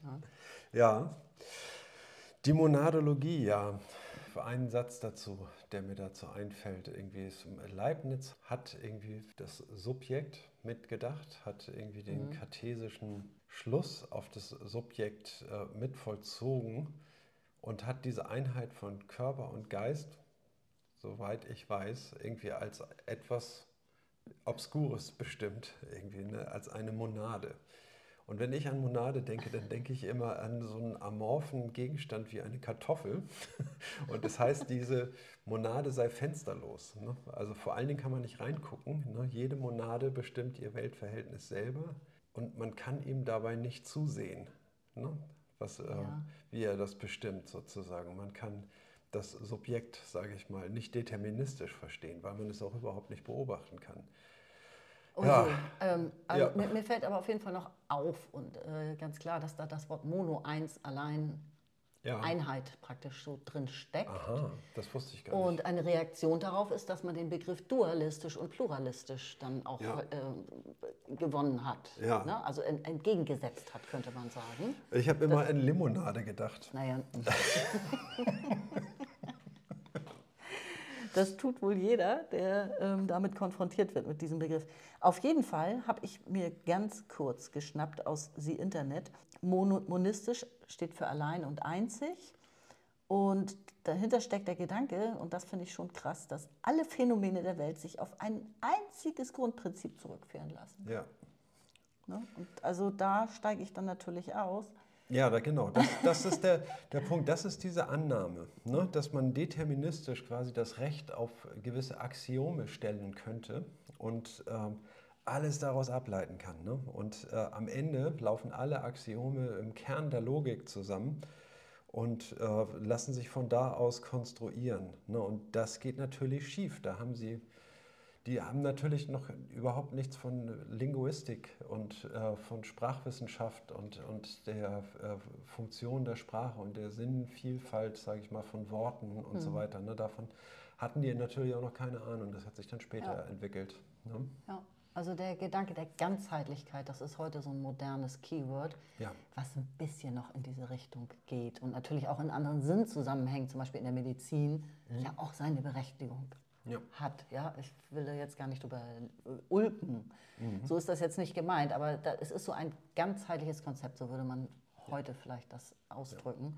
Ja. Die Monadologie, ja. Einen Satz dazu, der mir dazu einfällt. Irgendwie ist, Leibniz hat irgendwie das Subjekt mitgedacht, hat irgendwie den kartesischen Schluss auf das Subjekt äh, mit vollzogen und hat diese Einheit von Körper und Geist, soweit ich weiß, irgendwie als etwas Obskures bestimmt, irgendwie, ne, als eine Monade. Und wenn ich an Monade denke, dann denke ich immer an so einen amorphen Gegenstand wie eine Kartoffel. Und das heißt, diese Monade sei fensterlos. Ne? Also vor allen Dingen kann man nicht reingucken. Ne? Jede Monade bestimmt ihr Weltverhältnis selber und man kann ihm dabei nicht zusehen, ne? Was, äh, Ja. wie er das bestimmt sozusagen. Man kann das Subjekt, sage ich mal, nicht deterministisch verstehen, weil man es auch überhaupt nicht beobachten kann. Oh Ja, je. Ähm, also ja, mir, mir fällt aber auf jeden Fall noch auf und äh, ganz klar, dass da das Wort Mono eins allein ja. Einheit praktisch so drin steckt. Aha, das wusste ich gar nicht. Und eine Reaktion darauf ist, dass man den Begriff dualistisch und pluralistisch dann auch Ja. äh, gewonnen hat. Ja. Ne? Also en, entgegengesetzt hat, könnte man sagen. Ich habe immer an Limonade gedacht. Naja. Das tut wohl jeder, der ähm, damit konfrontiert wird, mit diesem Begriff. Auf jeden Fall habe ich mir ganz kurz geschnappt aus The Internet. Mono, monistisch steht für allein und einzig. Und dahinter steckt der Gedanke, und das finde ich schon krass, dass alle Phänomene der Welt sich auf ein einziges Grundprinzip zurückführen lassen. Ja. Ne? Und also da steige ich dann natürlich aus. Ja, da, genau. Das, das ist der, der Punkt. Das ist diese Annahme, ne? Dass man deterministisch quasi das Recht auf gewisse Axiome stellen könnte und ähm, alles daraus ableiten kann. Ne? Und äh, am Ende laufen alle Axiome im Kern der Logik zusammen und äh, lassen sich von da aus konstruieren. Ne? Und das geht natürlich schief. Da haben sie, die haben natürlich noch überhaupt nichts von Linguistik und äh, von Sprachwissenschaft und, und der äh, Funktion der Sprache und der Sinnvielfalt, sage ich mal, von Worten und mhm. so weiter. Ne? Davon hatten die natürlich auch noch keine Ahnung. Das hat sich dann später ja. entwickelt. Ne? Ja. Also der Gedanke der Ganzheitlichkeit, das ist heute so ein modernes Keyword, ja. was ein bisschen noch in diese Richtung geht und natürlich auch in anderen Sinnzusammenhängen, zum Beispiel in der Medizin, mhm. ja auch seine Berechtigung ja. hat. Ja? Ich will da jetzt gar nicht drüber ulken. Mhm. So ist das jetzt nicht gemeint, aber da, es ist so ein ganzheitliches Konzept, so würde man heute ja. vielleicht das ausdrücken.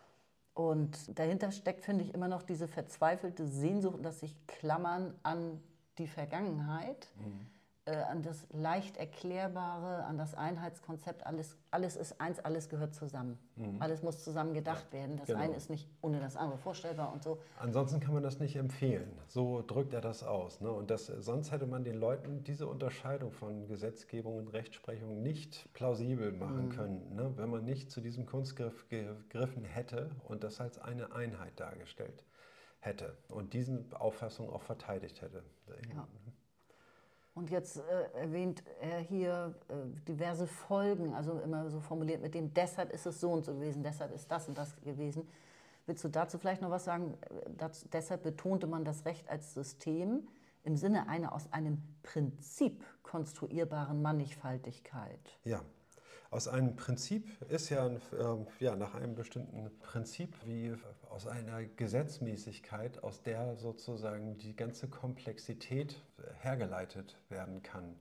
Ja. Und dahinter steckt, finde ich, immer noch diese verzweifelte Sehnsucht, dass sich Klammern an die Vergangenheit, mhm. äh, an das leicht Erklärbare, an das Einheitskonzept, alles, alles ist eins, alles gehört zusammen. Mhm. Alles muss zusammen gedacht ja, werden. Das genau. eine ist nicht ohne das andere vorstellbar und so. Ansonsten kann man das nicht empfehlen. So drückt er das aus. Ne? Und das, sonst hätte man den Leuten diese Unterscheidung von Gesetzgebung und Rechtsprechung nicht plausibel machen mhm. können, ne? Wenn man nicht zu diesem Kunstgriff gegriffen hätte und das als eine Einheit dargestellt hätte und diesen Auffassung auch verteidigt hätte. Ja. Und jetzt äh, erwähnt er hier äh, diverse Folgen, also immer so formuliert mit dem, deshalb ist es so und so gewesen, deshalb ist das und das gewesen. Willst du dazu vielleicht noch was sagen? Das, deshalb betonte man das Recht als System im Sinne einer aus einem Prinzip konstruierbaren Mannigfaltigkeit. Ja. Aus einem Prinzip ist ja, äh, ja nach einem bestimmten Prinzip wie aus einer Gesetzmäßigkeit, aus der sozusagen die ganze Komplexität hergeleitet werden kann.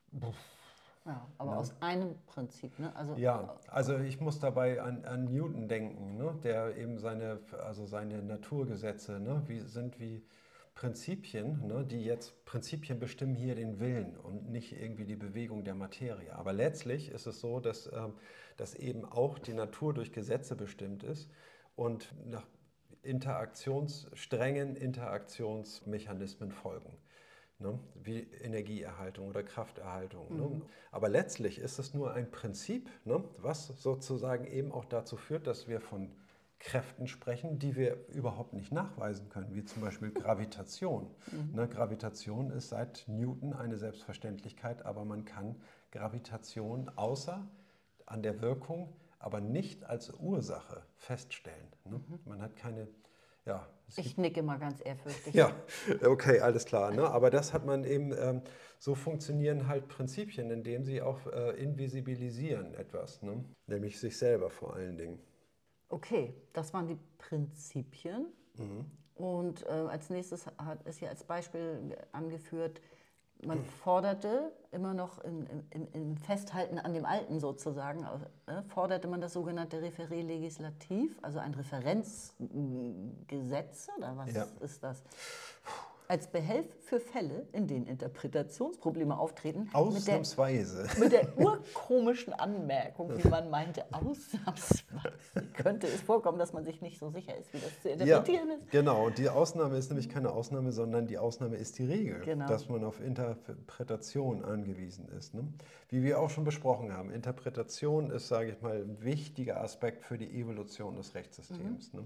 Ja, aber ja. aus einem Prinzip, ne? Also, ja, also ich muss dabei an, an Newton denken, ne? Der eben seine, also seine Naturgesetze, ne? wie, sind wie Prinzipien, ne, die jetzt, Prinzipien bestimmen hier den Willen und nicht irgendwie die Bewegung der Materie. Aber letztlich ist es so, dass, ähm, dass eben auch die Natur durch Gesetze bestimmt ist und nach Interaktions, strengen Interaktionsmechanismen folgen, ne, wie Energieerhaltung oder Krafterhaltung. Mhm. Ne. Aber letztlich ist es nur ein Prinzip, ne, was sozusagen eben auch dazu führt, dass wir von Kräften sprechen, die wir überhaupt nicht nachweisen können, wie zum Beispiel Gravitation. Mhm. Ne, Gravitation ist seit Newton eine Selbstverständlichkeit, aber man kann Gravitation außer an der Wirkung, aber nicht als Ursache feststellen. Ne? Mhm. Man hat keine... Ja, ich nicke mal ganz ehrfürchtig. Ja, okay, alles klar. Ne? Aber das hat man eben, ähm, so funktionieren halt Prinzipien, indem sie auch äh, invisibilisieren etwas, ne? Nämlich sich selber vor allen Dingen. Okay, das waren die Prinzipien. Mhm. Und äh, als nächstes hat es hier als Beispiel angeführt, man mhm. forderte immer noch im, im, im Festhalten an dem Alten sozusagen, äh, forderte man das sogenannte Referé legislativ, also ein Referenzgesetz, oder was ja. ist das? Als Behelf für Fälle, in denen Interpretationsprobleme auftreten. Ausnahmsweise. Mit der, mit der urkomischen Anmerkung, wie man meinte, ausnahmsweise könnte es vorkommen, dass man sich nicht so sicher ist, wie das zu interpretieren ja, ist. Genau, und die Ausnahme ist nämlich keine Ausnahme, sondern die Ausnahme ist die Regel, genau. dass man auf Interpretation angewiesen ist. Ne? Wie wir auch schon besprochen haben, Interpretation ist, sage ich mal, ein wichtiger Aspekt für die Evolution des Rechtssystems. Mhm. Ne?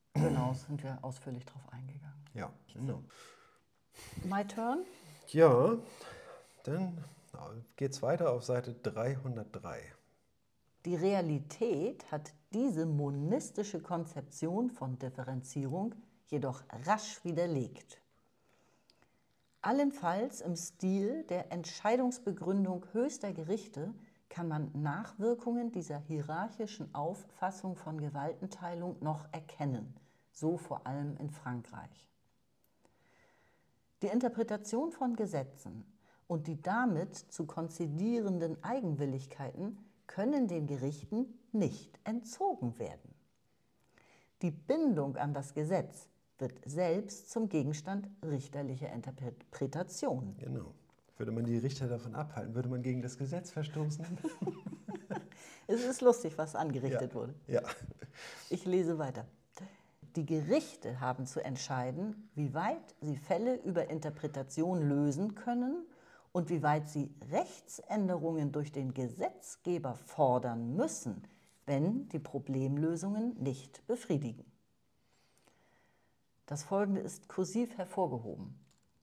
Genau, sind wir ausführlich drauf eingegangen. Ja, genau. My turn. Ja, dann geht's weiter auf Seite dreihundertdrei. Die Realität hat diese monistische Konzeption von Differenzierung jedoch rasch widerlegt. Allenfalls im Stil der Entscheidungsbegründung höchster Gerichte kann man Nachwirkungen dieser hierarchischen Auffassung von Gewaltenteilung noch erkennen, so vor allem in Frankreich. Die Interpretation von Gesetzen und die damit zu konzidierenden Eigenwilligkeiten können den Gerichten nicht entzogen werden. Die Bindung an das Gesetz wird selbst zum Gegenstand richterlicher Interpretation. Genau. Würde man die Richter davon abhalten, würde man gegen das Gesetz verstoßen? Es ist lustig, was angerichtet ja. wurde. Ja. Ich lese weiter. Die Gerichte haben zu entscheiden, wie weit sie Fälle über Interpretation lösen können und wie weit sie Rechtsänderungen durch den Gesetzgeber fordern müssen, wenn die Problemlösungen nicht befriedigen. Das Folgende ist kursiv hervorgehoben.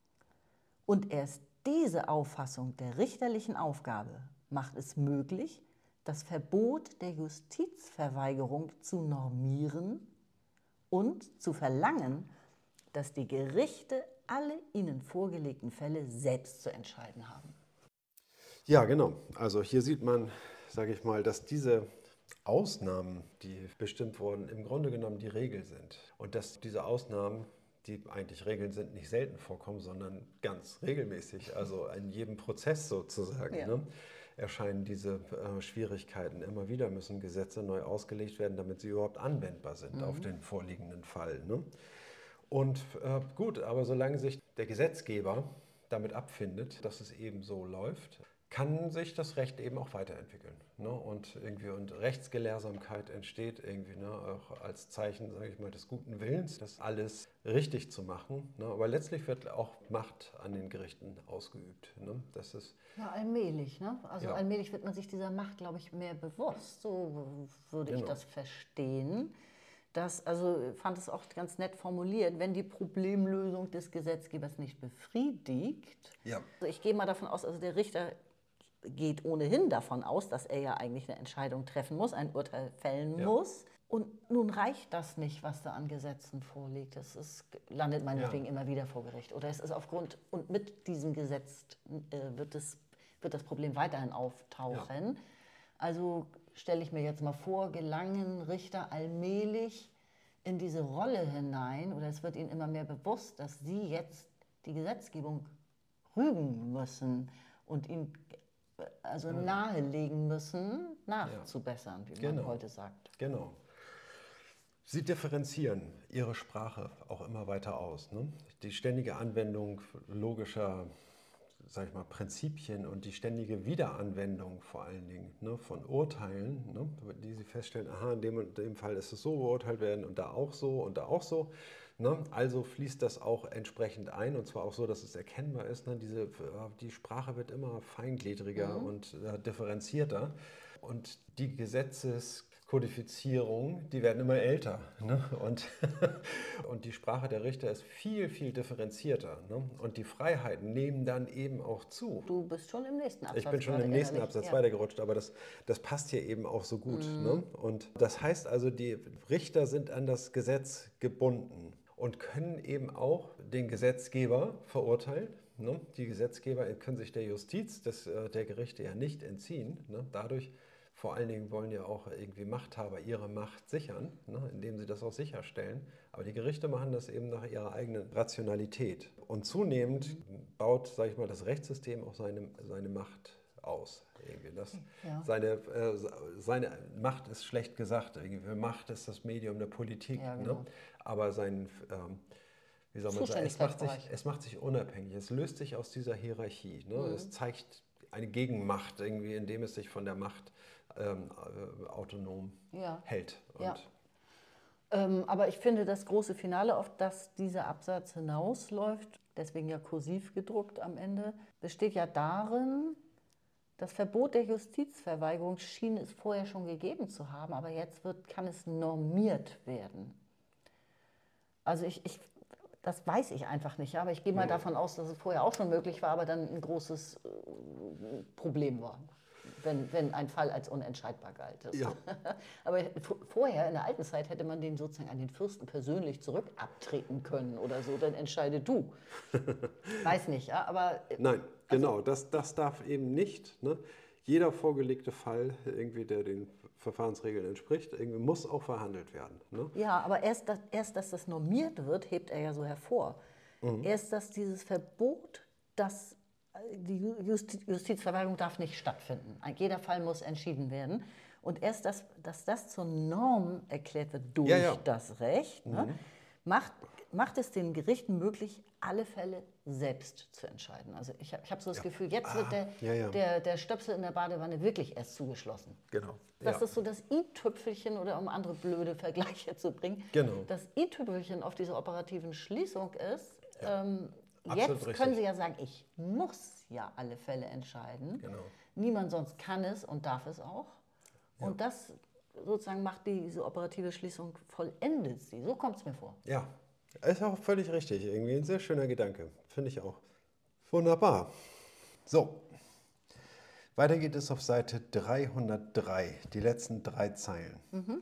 Und erst diese Auffassung der richterlichen Aufgabe macht es möglich, das Verbot der Justizverweigerung zu normieren und zu verlangen, dass die Gerichte alle ihnen vorgelegten Fälle selbst zu entscheiden haben. Ja, genau. Also hier sieht man, sage ich mal, dass diese Ausnahmen, die bestimmt wurden, im Grunde genommen die Regel sind. Und dass diese Ausnahmen, die eigentlich Regeln sind, nicht selten vorkommen, sondern ganz regelmäßig, also in jedem Prozess sozusagen, ja. ne, erscheinen diese äh, Schwierigkeiten. Immer wieder müssen Gesetze neu ausgelegt werden, damit sie überhaupt anwendbar sind mhm. auf den vorliegenden Fall. Ne? Und äh, gut, aber solange sich der Gesetzgeber damit abfindet, dass es eben so läuft, kann sich das Recht eben auch weiterentwickeln. Ne? Und irgendwie und Rechtsgelehrsamkeit entsteht irgendwie ne, auch als Zeichen, sage ich mal, des guten Willens, das alles richtig zu machen. Ne? Aber letztlich wird auch Macht an den Gerichten ausgeübt. Ne? Das ist ja, allmählich. Ne? Also ja. allmählich wird man sich dieser Macht, glaube ich, mehr bewusst. So würde genau. ich das verstehen. Das, also fand es auch ganz nett formuliert, wenn die Problemlösung des Gesetzgebers nicht befriedigt. Ja. Also ich gehe mal davon aus, also der Richter geht ohnehin davon aus, dass er ja eigentlich eine Entscheidung treffen muss, ein Urteil fällen ja. muss. Und nun reicht das nicht, was da an Gesetzen vorliegt. Das ist, landet meinetwegen ja. immer wieder vor Gericht. Oder es ist aufgrund, und mit diesem Gesetz äh, wird, es, wird das Problem weiterhin auftauchen. Ja. Also stelle ich mir jetzt mal vor, gelangen Richter allmählich in diese Rolle hinein, oder es wird ihnen immer mehr bewusst, dass sie jetzt die Gesetzgebung rügen müssen und ihnen also ja. nahelegen müssen, nachzubessern, ja. wie man genau. heute sagt. Genau. Sie differenzieren ihre Sprache auch immer weiter aus. Ne? Die ständige Anwendung logischer, sag ich mal, Prinzipien und die ständige Wiederanwendung vor allen Dingen ne, von Urteilen, ne, die sie feststellen, aha, in dem, in dem Fall ist es so beurteilt werden und da auch so und da auch so. Ne? Also fließt das auch entsprechend ein und zwar auch so, dass es erkennbar ist. Ne? Diese, die Sprache wird immer feingliedriger mhm. und äh, differenzierter und die Gesetzeskodifizierung, die werden immer älter. Ne? Und, und die Sprache der Richter ist viel, viel differenzierter. Ne? Und die Freiheiten nehmen dann eben auch zu. Du bist schon im nächsten Absatz. Ich bin schon im nächsten Absatz ja. weitergerutscht, aber das, das passt hier eben auch so gut. Mhm. Ne? Und das heißt also, die Richter sind an das Gesetz gebunden und können eben auch den Gesetzgeber verurteilen. Ne? Die Gesetzgeber können sich der Justiz des, der Gerichte ja nicht entziehen. Ne? Dadurch vor allen Dingen wollen ja auch irgendwie Machthaber ihre Macht sichern, ne? indem sie das auch sicherstellen. Aber die Gerichte machen das eben nach ihrer eigenen Rationalität. Und zunehmend baut, sage ich mal, das Rechtssystem auch seine, seine Macht aus. Irgendwie das, ja. seine, äh, seine Macht ist schlecht gesagt. Irgendwie. Macht ist das Medium der Politik. Ja, genau. ne? Aber sein, ähm, wie soll man sagen, es macht, sich, es macht sich unabhängig. Es löst sich aus dieser Hierarchie. Ne? Mhm. Es zeigt eine Gegenmacht, irgendwie, indem es sich von der Macht ähm, äh, autonom ja. hält. Und ja. ähm, aber ich finde, das große Finale, auf das dieser Absatz hinausläuft, deswegen ja kursiv gedruckt am Ende, besteht ja darin, das Verbot der Justizverweigerung schien es vorher schon gegeben zu haben, aber jetzt wird, kann es normiert werden. Also ich, ich, das weiß ich einfach nicht, aber ich gehe mal Mhm. davon aus, dass es vorher auch schon möglich war, aber dann ein großes äh, Problem war, wenn, wenn ein Fall als unentscheidbar galt. Das- Ja. Aber v- vorher, in der alten Zeit, hätte man den sozusagen an den Fürsten persönlich zurück abtreten können oder so, dann entscheide du. Weiß nicht, ja, aber äh, Nein, also, genau, das, das darf eben nicht. Ne? Jeder vorgelegte Fall, irgendwie, der den Verfahrensregeln entspricht, irgendwie muss auch verhandelt werden. Ne? ja, aber erst, dass, erst, dass das normiert wird, hebt er ja so hervor. Erst, dass dieses Verbot, dass äh, die Ju- Justi Justizverweigerung darf nicht stattfinden. Ein- Jeder Fall muss entschieden werden. Und erst, dass, dass das zur Norm erklärt wird durch Ja, ja. das Recht, ne, macht, macht es den Gerichten möglich, alle Fälle selbst zu entscheiden. Also ich habe ich hab so das Ja. Gefühl, jetzt Ah, wird der, ja, ja. Der, der Stöpsel in der Badewanne wirklich erst zugeschlossen. Genau. Das Ja. ist so das i-Tüpfelchen, oder um andere blöde Vergleiche zu bringen. Genau. Das i-Tüpfelchen auf dieser operativen Schließung ist, Ja. ähm, Absolut jetzt richtig. können Sie ja sagen, ich muss ja alle Fälle entscheiden. Genau. Niemand sonst kann es und darf es auch. Und das sozusagen macht diese operative Schließung, vollendet sie. So kommt es mir vor. Ja, ist auch völlig richtig. Irgendwie ein sehr schöner Gedanke. Finde ich auch. Wunderbar. So, weiter geht es auf Seite dreihundertdrei, die letzten drei Zeilen.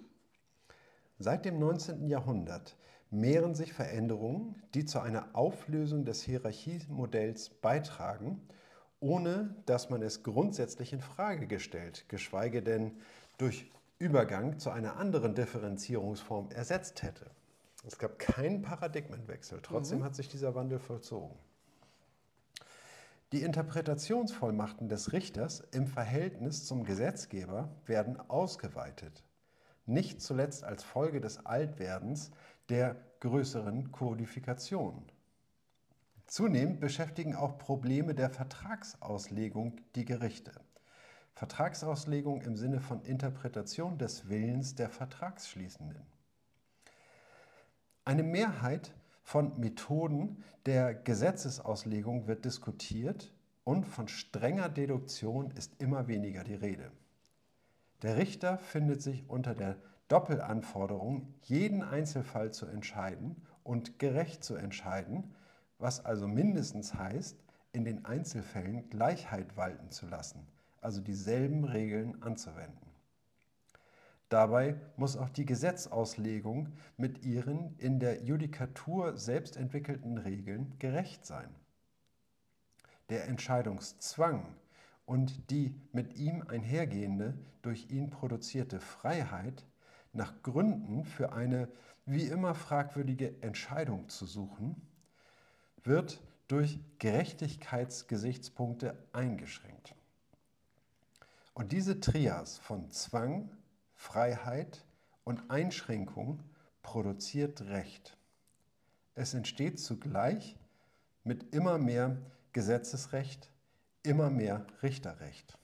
Seit dem neunzehnten Jahrhundert mehren sich Veränderungen, die zu einer Auflösung des Hierarchiemodells beitragen, ohne dass man es grundsätzlich in Frage gestellt, geschweige denn durch Übergang zu einer anderen Differenzierungsform ersetzt hätte. Es gab keinen Paradigmenwechsel, trotzdem hat sich dieser Wandel vollzogen. Die Interpretationsvollmachten des Richters im Verhältnis zum Gesetzgeber werden ausgeweitet, nicht zuletzt als Folge des Altwerdens der größeren Kodifikation. Zunehmend beschäftigen auch Probleme der Vertragsauslegung die Gerichte. Vertragsauslegung im Sinne von Interpretation des Willens der Vertragsschließenden. Eine Mehrheit von Methoden der Gesetzesauslegung wird diskutiert und von strenger Deduktion ist immer weniger die Rede. Der Richter findet sich unter der Doppelanforderung, jeden Einzelfall zu entscheiden und gerecht zu entscheiden, was also mindestens heißt, in den Einzelfällen Gleichheit walten zu lassen, also dieselben Regeln anzuwenden. Dabei muss auch die Gesetzauslegung mit ihren in der Judikatur selbst entwickelten Regeln gerecht sein. Der Entscheidungszwang und die mit ihm einhergehende, durch ihn produzierte Freiheit, nach Gründen für eine wie immer fragwürdige Entscheidung zu suchen, wird durch Gerechtigkeitsgesichtspunkte eingeschränkt. Und diese Trias von Zwang, Freiheit und Einschränkung produziert Recht. Es entsteht zugleich mit immer mehr Gesetzesrecht, immer mehr Richterrecht.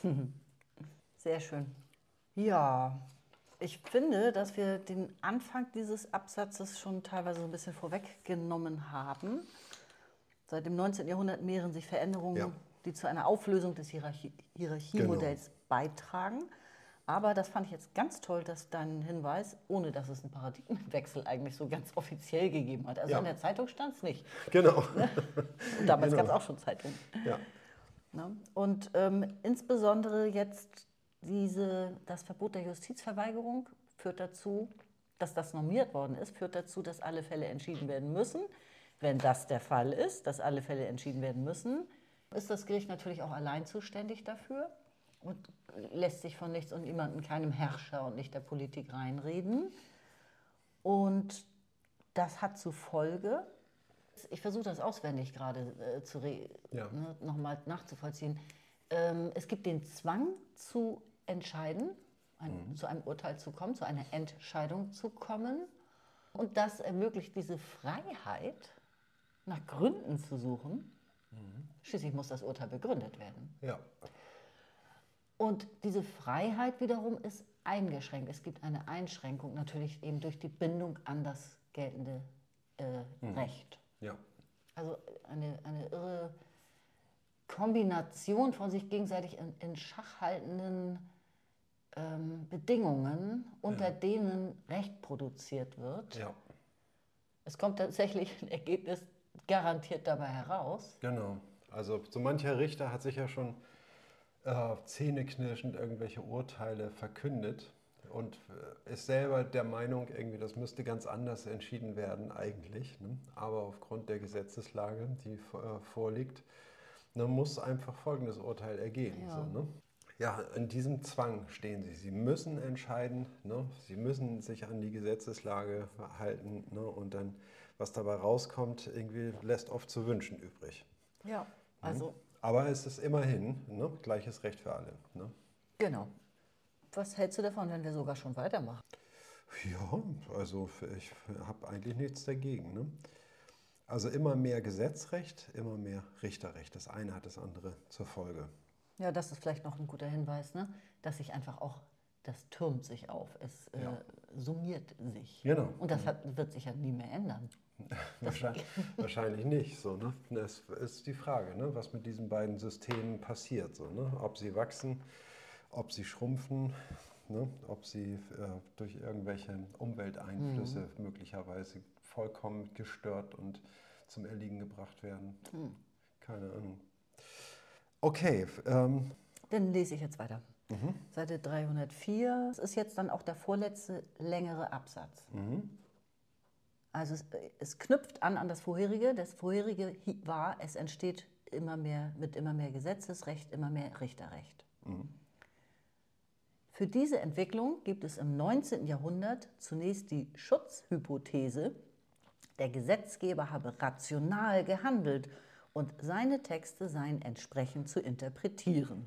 Sehr schön. Ja, ich finde, dass wir den Anfang dieses Absatzes schon teilweise so ein bisschen vorweggenommen haben. Seit dem neunzehnten Jahrhundert mehren sich Veränderungen, Ja. die zu einer Auflösung des Hierarchie Hierarchiemodells beitragen. Aber das fand ich jetzt ganz toll, dass dein Hinweis, ohne dass es einen Paradigmenwechsel eigentlich so ganz offiziell gegeben hat. Also Ja. in der Zeitung stand es nicht. Genau. Und damals Genau. gab es auch schon Zeitungen. Ja. Ne? Und ähm, insbesondere jetzt diese, das Verbot der Justizverweigerung führt dazu, dass das normiert worden ist, führt dazu, dass alle Fälle entschieden werden müssen. Wenn das der Fall ist, dass alle Fälle entschieden werden müssen, ist das Gericht natürlich auch allein zuständig dafür und lässt sich von nichts und niemandem, keinem Herrscher und nicht der Politik reinreden. Und das hat zur Folge, ich versuche das auswendig gerade äh, zu Ja. ne, nochmal nachzuvollziehen, ähm, es gibt den Zwang zu entscheiden, ein, zu einem Urteil zu kommen, zu einer Entscheidung zu kommen. Und das ermöglicht diese Freiheit, nach Gründen zu suchen. Schließlich muss das Urteil begründet werden. Ja. Und diese Freiheit wiederum ist eingeschränkt. Es gibt eine Einschränkung natürlich eben durch die Bindung an das geltende äh, Recht. Ja. Also eine, eine irre Kombination von sich gegenseitig in, in Schach haltenden ähm, Bedingungen, unter Ja. denen Recht produziert wird. Ja. Es kommt tatsächlich ein Ergebnis garantiert dabei heraus. Genau. Also so mancher Richter hat sich ja schon äh, zähneknirschend irgendwelche Urteile verkündet und äh, ist selber der Meinung, irgendwie das müsste ganz anders entschieden werden eigentlich. Ne? Aber aufgrund der Gesetzeslage, die äh, vorliegt, ne, muss einfach folgendes Urteil ergehen. Ja. So, ne? Ja, in diesem Zwang stehen sie. Sie müssen entscheiden, ne? Sie müssen sich an die Gesetzeslage halten, ne? Und dann, was dabei rauskommt, irgendwie lässt oft zu wünschen übrig. Ja, also Aber es ist immerhin, ne, gleiches Recht für alle. Ne? genau. Was hältst du davon, wenn wir sogar schon weitermachen? Ja, also ich habe eigentlich nichts dagegen. Ne? Also immer mehr Gesetzrecht, immer mehr Richterrecht. Das eine hat das andere zur Folge. Ja, das ist vielleicht noch ein guter Hinweis, ne? Dass sich einfach auch, das türmt sich auf, es äh, Ja. summiert sich. Genau. Und das hat, wird sich ja nie mehr ändern. Wahrscheinlich, wahrscheinlich nicht. So, ne? Das ist die Frage, ne? Was mit diesen beiden Systemen passiert. So, ne? Ob sie wachsen, ob sie schrumpfen, ne? Ob sie äh, durch irgendwelche Umwelteinflüsse mhm. möglicherweise vollkommen gestört und zum Erliegen gebracht werden. Mhm. Keine Ahnung. Okay. Ähm. Dann lese ich jetzt weiter. Mhm. Seite dreihundertvier. Das ist jetzt dann auch der vorletzte längere Absatz. Mhm. Also es, es knüpft an an das vorherige. Das vorherige war, es entsteht immer mehr, mit immer mehr Gesetzesrecht, immer mehr Richterrecht. Mhm. Für diese Entwicklung gibt es im neunzehnten Jahrhundert zunächst die Schutzhypothese, der Gesetzgeber habe rational gehandelt und seine Texte seien entsprechend zu interpretieren.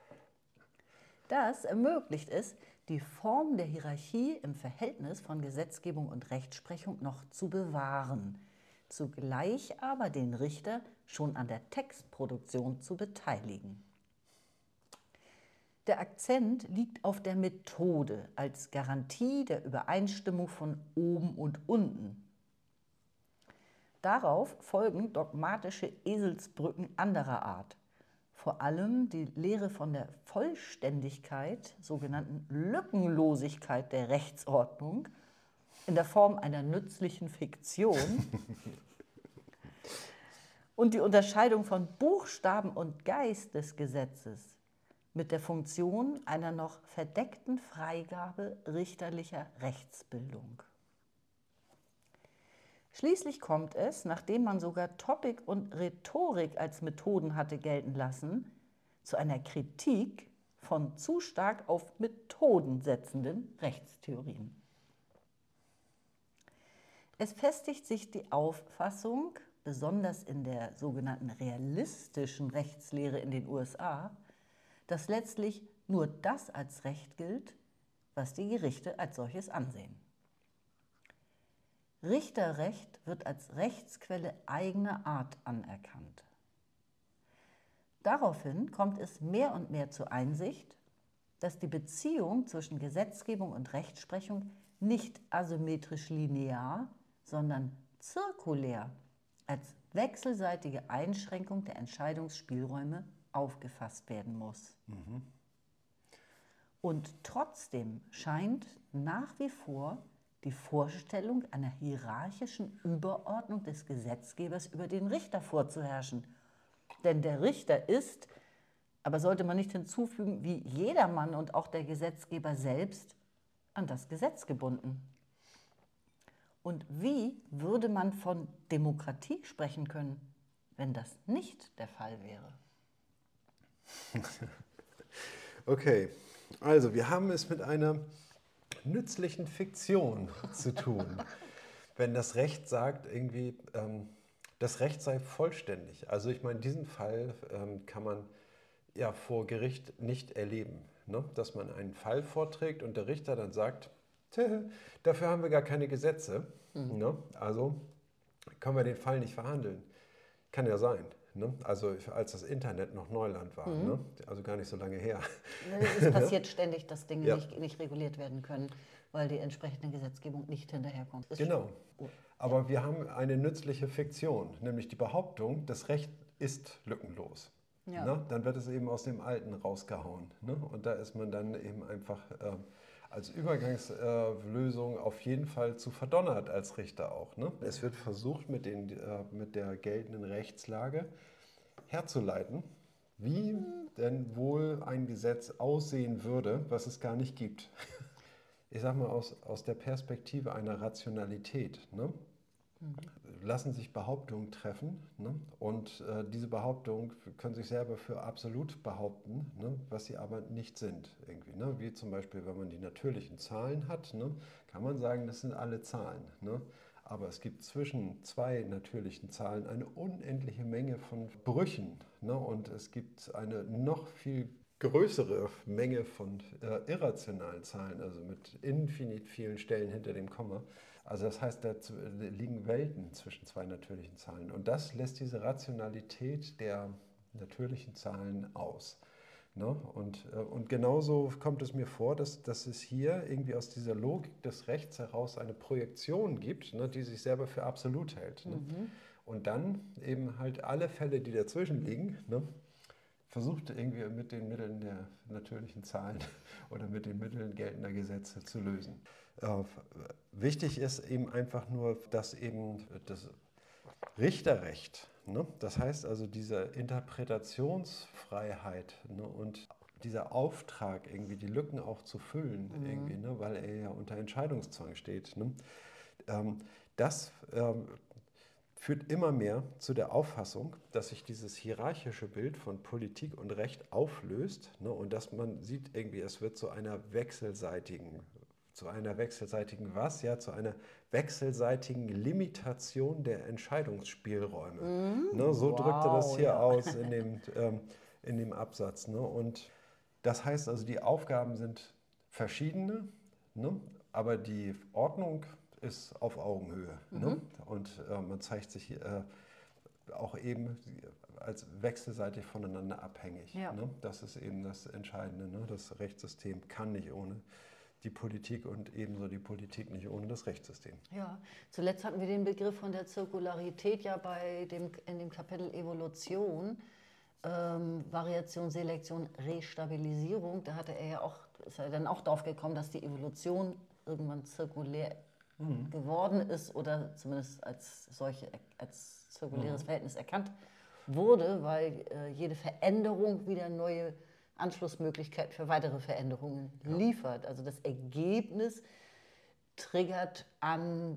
Das ermöglicht es, die Form der Hierarchie im Verhältnis von Gesetzgebung und Rechtsprechung noch zu bewahren, zugleich aber den Richter schon an der Textproduktion zu beteiligen. Der Akzent liegt auf der Methode als Garantie der Übereinstimmung von oben und unten. Darauf folgen dogmatische Eselsbrücken anderer Art. Vor allem die Lehre von der Vollständigkeit, sogenannten Lückenlosigkeit der Rechtsordnung in der Form einer nützlichen Fiktion und die Unterscheidung von Buchstaben und Geist des Gesetzes mit der Funktion einer noch verdeckten Freigabe richterlicher Rechtsbildung. Schließlich kommt es, nachdem man sogar Topik und Rhetorik als Methoden hatte gelten lassen, zu einer Kritik von zu stark auf Methoden setzenden Rechtstheorien. Es festigt sich die Auffassung, besonders in der sogenannten realistischen Rechtslehre in den U S A, dass letztlich nur das als Recht gilt, was die Gerichte als solches ansehen. Richterrecht wird als Rechtsquelle eigener Art anerkannt. Daraufhin kommt es mehr und mehr zur Einsicht, dass die Beziehung zwischen Gesetzgebung und Rechtsprechung nicht asymmetrisch linear, sondern zirkulär als wechselseitige Einschränkung der Entscheidungsspielräume aufgefasst werden muss. Mhm. Und trotzdem scheint nach wie vor die Vorstellung einer hierarchischen Überordnung des Gesetzgebers über den Richter vorzuherrschen. Denn der Richter ist, aber sollte man nicht hinzufügen, wie jedermann und auch der Gesetzgeber selbst, an das Gesetz gebunden. Und wie würde man von Demokratie sprechen können, wenn das nicht der Fall wäre? Okay, also wir haben es mit einer nützlichen Fiktion zu tun. Wenn das Recht sagt, irgendwie, ähm, das Recht sei vollständig. Also ich meine, diesen Fall ähm, kann man ja vor Gericht nicht erleben. Ne? Dass man einen Fall vorträgt und der Richter dann sagt, dafür haben wir gar keine Gesetze. Mhm. Ne? Also können wir den Fall nicht verhandeln. Kann ja sein. Ne? Also als das Internet noch Neuland war, mhm. ne? Also gar nicht so lange her. Es passiert ständig, dass Dinge ja. nicht, nicht reguliert werden können, weil die entsprechende Gesetzgebung nicht hinterherkommt. Das genau. Aber wir haben eine nützliche Fiktion, nämlich die Behauptung, das Recht ist lückenlos. Ja. Ne? Dann wird es eben aus dem Alten rausgehauen. Ne? Und da ist man dann eben einfach äh, als Übergangslösung auf jeden Fall zu verdonnert als Richter auch. Ne? Es wird versucht, mit, den, äh, mit der geltenden Rechtslage herzuleiten, wie denn wohl ein Gesetz aussehen würde, was es gar nicht gibt. Ich sage mal aus, aus der Perspektive einer Rationalität. Ne? Mhm. Lassen sich Behauptungen treffen, ne? Und äh, diese Behauptungen können sich selber für absolut behaupten, ne? Was sie aber nicht sind. Irgendwie, ne? Wie zum Beispiel, wenn man die natürlichen Zahlen hat, ne? Kann man sagen, das sind alle Zahlen. Ne? Aber es gibt zwischen zwei natürlichen Zahlen eine unendliche Menge von Brüchen. Ne? Und es gibt eine noch viel größere Menge von äh, irrationalen Zahlen, also mit infinit vielen Stellen hinter dem Komma. Also das heißt, da liegen Welten zwischen zwei natürlichen Zahlen. Und das lässt diese Rationalität der natürlichen Zahlen aus. Ne? Und, äh, und genauso kommt es mir vor, dass, dass es hier irgendwie aus dieser Logik des Rechts heraus eine Projektion gibt, ne, die sich selber für absolut hält. Ne? Mhm. Und dann eben halt alle Fälle, die dazwischen liegen, ne, versucht irgendwie mit den Mitteln der natürlichen Zahlen oder mit den Mitteln geltender Gesetze zu lösen. Äh, wichtig ist eben einfach nur, dass eben das Richterrecht, ne, das heißt also diese Interpretationsfreiheit, ne, und dieser Auftrag, irgendwie die Lücken auch zu füllen, mhm. irgendwie, ne, weil er ja unter Entscheidungszwang steht, ne, ähm, das ähm, führt immer mehr zu der Auffassung, dass sich dieses hierarchische Bild von Politik und Recht auflöst, ne, und dass man sieht, irgendwie, es wird zu einer wechselseitigen, zu einer wechselseitigen was? Ja, zu einer wechselseitigen Limitation der Entscheidungsspielräume. Mm, ne, so wow, drückt er das hier ja. aus in dem, ähm, in dem Absatz. Ne, und das heißt also, die Aufgaben sind verschiedene, ne, aber die Ordnung ist auf Augenhöhe. Mhm. Ne? Und äh, man zeigt sich äh, auch eben als wechselseitig voneinander abhängig. Ja. Ne? Das ist eben das Entscheidende. Ne? Das Rechtssystem kann nicht ohne die Politik und ebenso die Politik nicht ohne das Rechtssystem. Ja, zuletzt hatten wir den Begriff von der Zirkularität ja bei dem, in dem Kapitel Evolution, ähm, Variation, Selektion, Restabilisierung. Da hatte er ja auch, ist er dann auch drauf gekommen, dass die Evolution irgendwann zirkulär mhm. geworden ist oder zumindest als solche, als zirkuläres mhm. Verhältnis erkannt wurde, weil äh, jede Veränderung wieder neue Anschlussmöglichkeiten für weitere Veränderungen ja. liefert. Also das Ergebnis triggert an,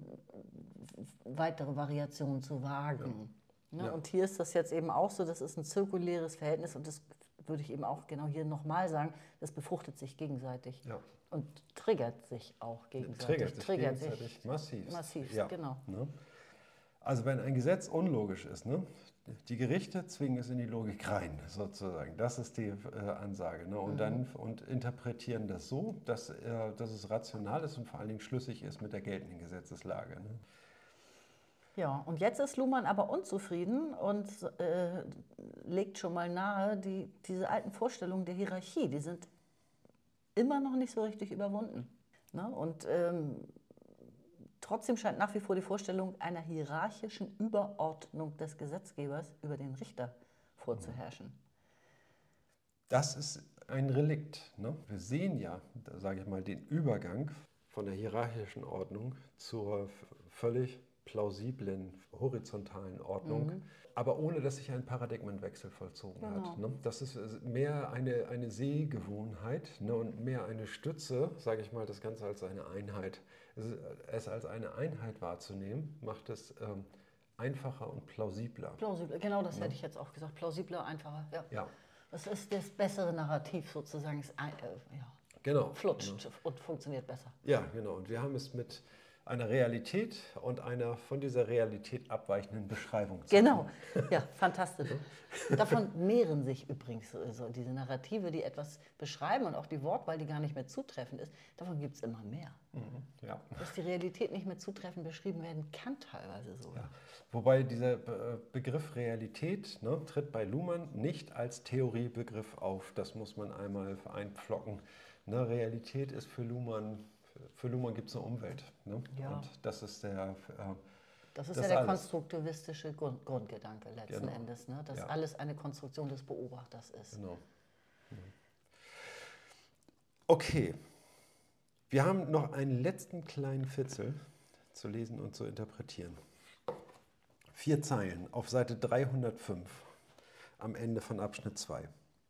weitere Variationen zu wagen. Ja. Ja, ja. Und hier ist das jetzt eben auch so, das ist ein zirkuläres Verhältnis und das würde ich eben auch genau hier nochmal sagen, das befruchtet sich gegenseitig ja. und triggert sich auch gegenseitig. Triggert sich triggert gegenseitig sich massiv. Massiv, ja. genau. Ne? Also wenn ein Gesetz unlogisch ist, ne? Die Gerichte zwingen es in die Logik rein, sozusagen. Das ist die äh, Ansage. Ne? Und, mhm. dann, und interpretieren das so, dass, äh, dass es rational ist und vor allen Dingen schlüssig ist mit der geltenden Gesetzeslage. Ne? Ja, und jetzt ist Luhmann aber unzufrieden und äh, legt schon mal nahe, die, diese alten Vorstellungen der Hierarchie, die sind immer noch nicht so richtig überwunden. Ne? Und ähm, trotzdem scheint nach wie vor die Vorstellung einer hierarchischen Überordnung des Gesetzgebers über den Richter vorzuherrschen. Das ist ein Relikt. Ne? Wir sehen ja, sage ich mal, den Übergang von der hierarchischen Ordnung zur völlig plausiblen horizontalen Ordnung, mhm. aber ohne, dass sich ein Paradigmenwechsel vollzogen genau. hat. Ne? Das ist mehr eine, eine Sehgewohnheit, ne? Und mehr eine Stütze, sage ich mal, das Ganze als eine Einheit. Es, es als eine Einheit wahrzunehmen, macht es ähm, einfacher und plausibler. Plausibler, genau das ne? hätte ich jetzt auch gesagt. Plausibler, einfacher, ja. ja. Das ist das bessere Narrativ sozusagen, es äh, ja, genau. flutscht ja. und funktioniert besser. Ja, genau. Und wir haben es mit einer Realität und einer von dieser Realität abweichenden Beschreibung zu Genau, tun. Ja, fantastisch. Davon mehren sich übrigens so diese Narrative, die etwas beschreiben und auch die Wortwahl, die gar nicht mehr zutreffend ist, davon gibt es immer mehr. Mhm, ja. Dass die Realität nicht mehr zutreffend beschrieben werden kann teilweise so. Ja. Wobei dieser Begriff Realität ne, tritt bei Luhmann nicht als Theoriebegriff auf. Das muss man einmal einpflocken. Ne, Realität ist für Luhmann Für Luhmann gibt es eine Umwelt. Ne? Ja. Und das ist der. Äh, das ist das ja der alles. konstruktivistische Grund, Grundgedanke letzten genau. Endes, ne? Dass ja. alles eine Konstruktion des Beobachters ist. Genau. Okay. Wir haben noch einen letzten kleinen Fitzel zu lesen und zu interpretieren. Vier Zeilen auf Seite dreihundertfünf am Ende von Abschnitt zwei.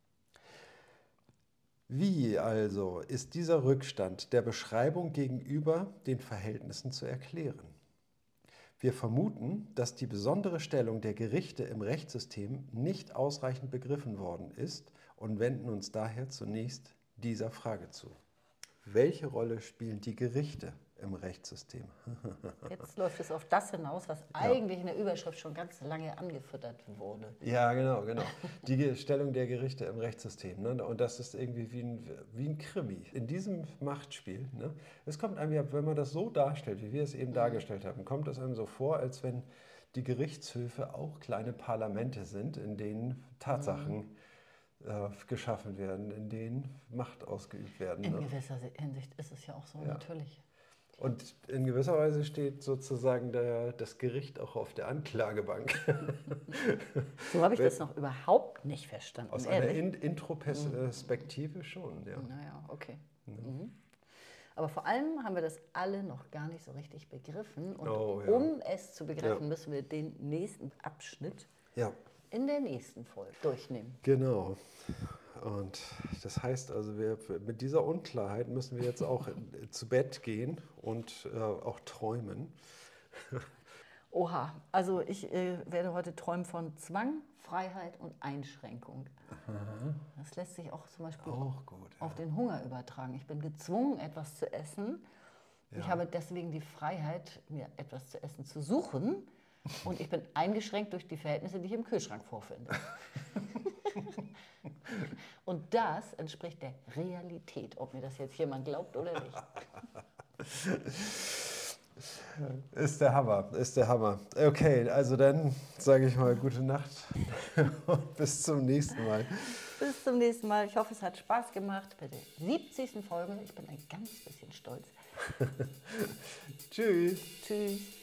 Wie also ist dieser Rückstand der Beschreibung gegenüber den Verhältnissen zu erklären? Wir vermuten, dass die besondere Stellung der Gerichte im Rechtssystem nicht ausreichend begriffen worden ist und wenden uns daher zunächst dieser Frage zu. Welche Rolle spielen die Gerichte im Rechtssystem? Jetzt läuft es auf das hinaus, was eigentlich in der Überschrift schon ganz lange angefüttert wurde. Ja, genau, genau. Die Stellung der Gerichte im Rechtssystem. Ne? Und das ist irgendwie wie ein, wie ein Krimi. In diesem Machtspiel, ne? Es kommt einem ja, wenn man das so darstellt, wie wir es eben mhm. dargestellt haben, kommt es einem so vor, als wenn die Gerichtshöfe auch kleine Parlamente sind, in denen Tatsachen mhm. geschaffen werden, in denen Macht ausgeübt werden. In ne? gewisser Hinsicht ist es ja auch so, ja. natürlich. Und in gewisser Weise steht sozusagen der, das Gericht auch auf der Anklagebank. So habe ich das noch überhaupt nicht verstanden. Aus ehrlich? einer In Introperspektive mhm. schon, ja. Naja, okay. Ja. Mhm. Aber vor allem haben wir das alle noch gar nicht so richtig begriffen. Und oh, ja. um es zu begreifen, ja. müssen wir den nächsten Abschnitt ja. in der nächsten Folge durchnehmen. Genau. Und das heißt also, wir, mit dieser Unklarheit müssen wir jetzt auch zu Bett gehen und äh, auch träumen. Oha, also ich äh, werde heute träumen von Zwang, Freiheit und Einschränkung. Aha. Das lässt sich auch zum Beispiel auch gut, ja. auf den Hunger übertragen. Ich bin gezwungen, etwas zu essen. Ja. Ich habe deswegen die Freiheit, mir etwas zu essen zu suchen. Und ich bin eingeschränkt durch die Verhältnisse, die ich im Kühlschrank vorfinde. Und das entspricht der Realität, ob mir das jetzt jemand glaubt oder nicht. Ist der Hammer, ist der Hammer. Okay, also dann sage ich mal gute Nacht und bis zum nächsten Mal. Bis zum nächsten Mal. Ich hoffe, es hat Spaß gemacht bei der siebzigsten Folge. Ich bin ein ganz bisschen stolz. Tschüss. Tschüss.